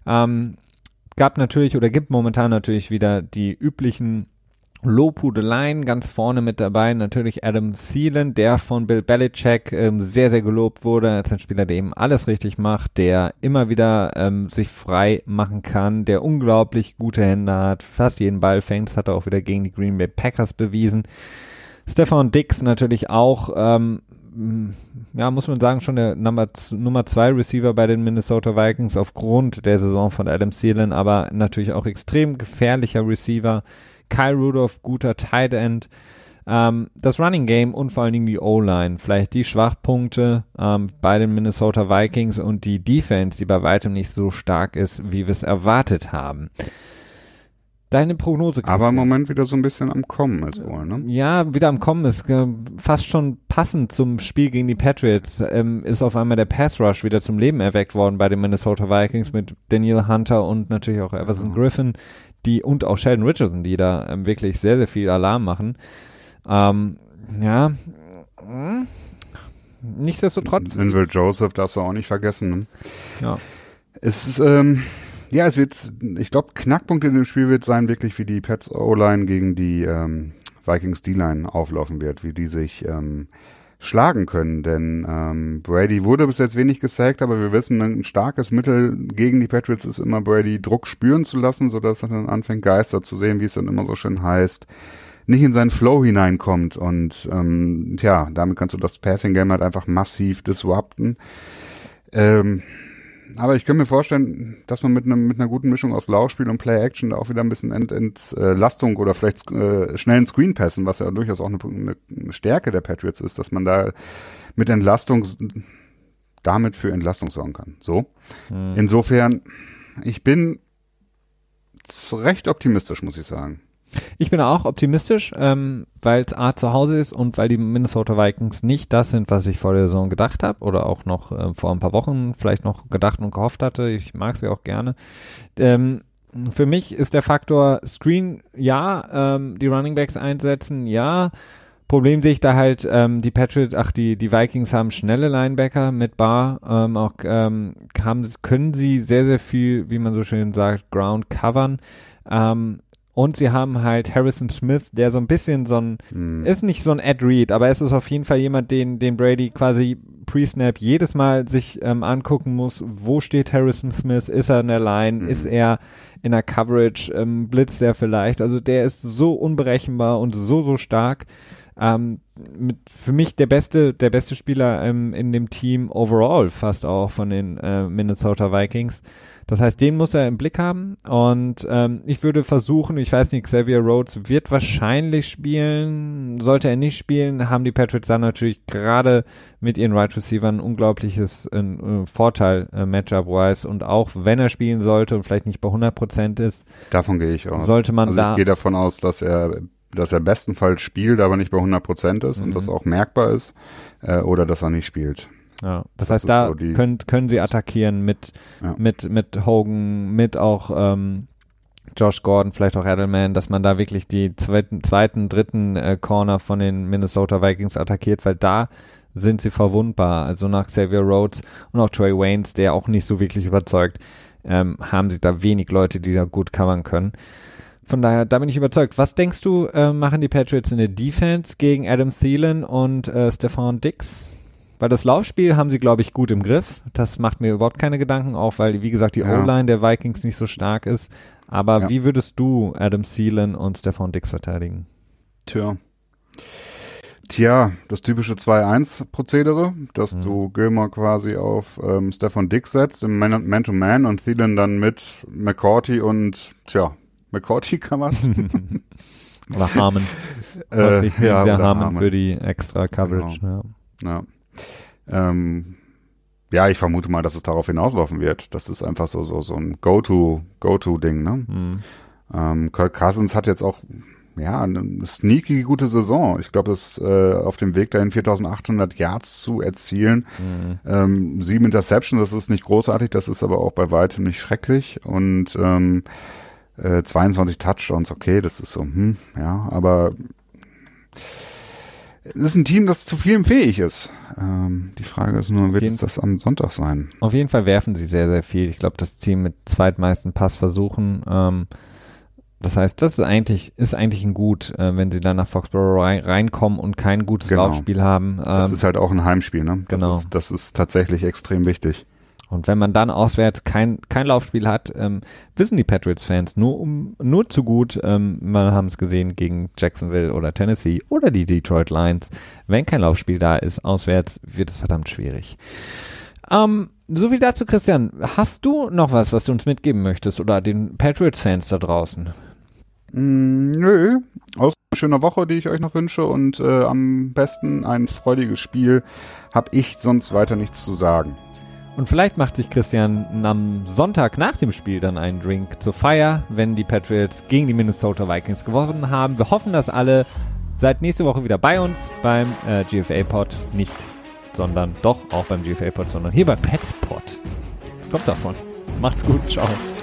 Gibt momentan natürlich wieder die üblichen Lobhudeleien, ganz vorne mit dabei natürlich Adam Thielen, der von Bill Belichick sehr, sehr gelobt wurde als ein Spieler, der eben alles richtig macht, der immer wieder sich frei machen kann, der unglaublich gute Hände hat, fast jeden Ball fängt, das hat er auch wieder gegen die Green Bay Packers bewiesen. Stefan Diggs natürlich auch, muss man sagen, schon der Nummer 2 Receiver bei den Minnesota Vikings aufgrund der Saison von Adam Thielen, aber natürlich auch extrem gefährlicher Receiver. Kyle Rudolph, guter Tight End. Das Running Game und vor allen Dingen die O-Line, vielleicht die Schwachpunkte bei den Minnesota Vikings und die Defense, die bei weitem nicht so stark ist, wie wir es erwartet haben. Deine Prognose, Christian. Aber im Moment wieder so ein bisschen am Kommen ist wohl, ne? Ja, wieder am Kommen ist fast schon passend zum Spiel gegen die Patriots. Ist auf einmal der Pass Rush wieder zum Leben erweckt worden bei den Minnesota Vikings mit Danielle Hunter und natürlich auch Everson Griffin, und auch Sheldon Richardson, die da wirklich sehr, sehr viel Alarm machen. Nichtsdestotrotz. Will Joseph darfst du auch nicht vergessen, ne? Ja. Es ist, ich glaube, Knackpunkt in dem Spiel wird sein, wirklich wie die Pats O-Line gegen die Vikings D-Line auflaufen wird, wie die sich schlagen können, denn Brady wurde bis jetzt wenig gesackt, aber wir wissen, ein starkes Mittel gegen die Patriots ist immer Brady Druck spüren zu lassen, sodass er dann anfängt Geister zu sehen, wie es dann immer so schön heißt, nicht in seinen Flow hineinkommt und damit kannst du das Passing-Game halt einfach massiv disrupten. Aber ich könnte mir vorstellen, dass man mit einer guten Mischung aus Laufspiel und Play-Action da auch wieder ein bisschen Entlastung oder vielleicht schnellen Screen-Passen, was ja durchaus auch eine Stärke der Patriots ist, dass man da mit Entlastung damit für Entlastung sorgen kann. So. Insofern, ich bin recht optimistisch, muss ich sagen. Ich bin auch optimistisch, weil es A zu Hause ist und weil die Minnesota Vikings nicht das sind, was ich vor der Saison gedacht habe oder auch noch vor ein paar Wochen vielleicht noch gedacht und gehofft hatte. Ich mag sie auch gerne. Für mich ist der Faktor Screen, die Running Backs einsetzen, Problem sehe ich da halt, die Vikings haben schnelle Linebacker mit Barr, können sie sehr, sehr viel, wie man so schön sagt, Ground covern, und sie haben halt Harrison Smith, der so ein bisschen ist nicht so ein Ed Reed, aber es ist auf jeden Fall jemand, den Brady quasi pre-snap jedes Mal sich angucken muss, wo steht Harrison Smith, ist er in der Line, ist er in der Coverage, blitzt er vielleicht, also der ist so unberechenbar und so stark. für mich der beste Spieler in dem Team overall fast auch von den Minnesota Vikings. Das heißt, den muss er im Blick haben und ich würde versuchen, ich weiß nicht, Xavier Rhodes wird wahrscheinlich spielen, sollte er nicht spielen, haben die Patriots dann natürlich gerade mit ihren Wide Receivern ein unglaubliches Vorteil Matchup-wise und auch wenn er spielen sollte und vielleicht nicht bei 100% ist, davon gehe ich aus. Sollte man ich gehe davon aus, dass er bestenfalls spielt, aber nicht bei 100% ist und das auch merkbar ist oder dass er nicht spielt. Ja, das heißt, da so können sie attackieren mit Hogan, mit auch Josh Gordon, vielleicht auch Edelman, dass man da wirklich die zweiten, dritten Corner von den Minnesota Vikings attackiert, weil da sind sie verwundbar. Also nach Xavier Rhodes und auch Trey Waynes, der auch nicht so wirklich überzeugt, haben sie da wenig Leute, die da gut covern können. Von daher, da bin ich überzeugt. Was denkst du, machen die Patriots in der Defense gegen Adam Thielen und Stephon Diggs? Weil das Laufspiel haben sie, glaube ich, gut im Griff. Das macht mir überhaupt keine Gedanken, auch weil, wie gesagt, die O-Line der Vikings nicht so stark ist. Aber wie würdest du Adam Thielen und Stephon Diggs verteidigen? Tja, das typische 2-1-Prozedere, dass du Gilmore quasi auf Stephon Diggs setzt im Man-to-Man und Thielen dann mit McCourty und, McCourty kann man. Oder Harmon. Oder Harmon für die extra Coverage. Genau. Ja. Ich vermute mal, dass es darauf hinauslaufen wird. Das ist einfach so ein Go-To-Ding, ne? Kirk Cousins hat jetzt auch, eine sneaky gute Saison. Ich glaube, das ist auf dem Weg dahin 4.800 Yards zu erzielen. 7 Interceptions, das ist nicht großartig, das ist aber auch bei weitem nicht schrecklich. Und 22 Touchdowns, okay, das ist so, aber es ist ein Team, das zu vielem fähig ist. Die Frage ist nur, wird es das am Sonntag sein? Auf jeden Fall werfen sie sehr, sehr viel. Ich glaube, das Team mit zweitmeisten Passversuchen. Das heißt, das ist eigentlich ein Gut, wenn sie dann nach Foxborough reinkommen und kein gutes Laufspiel haben. Das ist halt auch ein Heimspiel, ne? Genau. Das ist tatsächlich extrem wichtig. Und wenn man dann auswärts kein Laufspiel hat, wissen die Patriots-Fans nur zu gut, wir haben es gesehen gegen Jacksonville oder Tennessee oder die Detroit Lions, wenn kein Laufspiel da ist, auswärts wird es verdammt schwierig. So viel dazu, Christian. Hast du noch was du uns mitgeben möchtest oder den Patriots-Fans da draußen? Nö, aus einer schönen Woche, die ich euch noch wünsche und am besten ein freudiges Spiel, habe ich sonst weiter nichts zu sagen. Und vielleicht macht sich Christian am Sonntag nach dem Spiel dann einen Drink zur Feier, wenn die Patriots gegen die Minnesota Vikings gewonnen haben. Wir hoffen, dass alle seid nächste Woche wieder bei uns beim GFA-Pod. Nicht, sondern doch auch beim GFA-Pod, sondern hier beim Petspod. Das kommt davon. Macht's gut, ciao.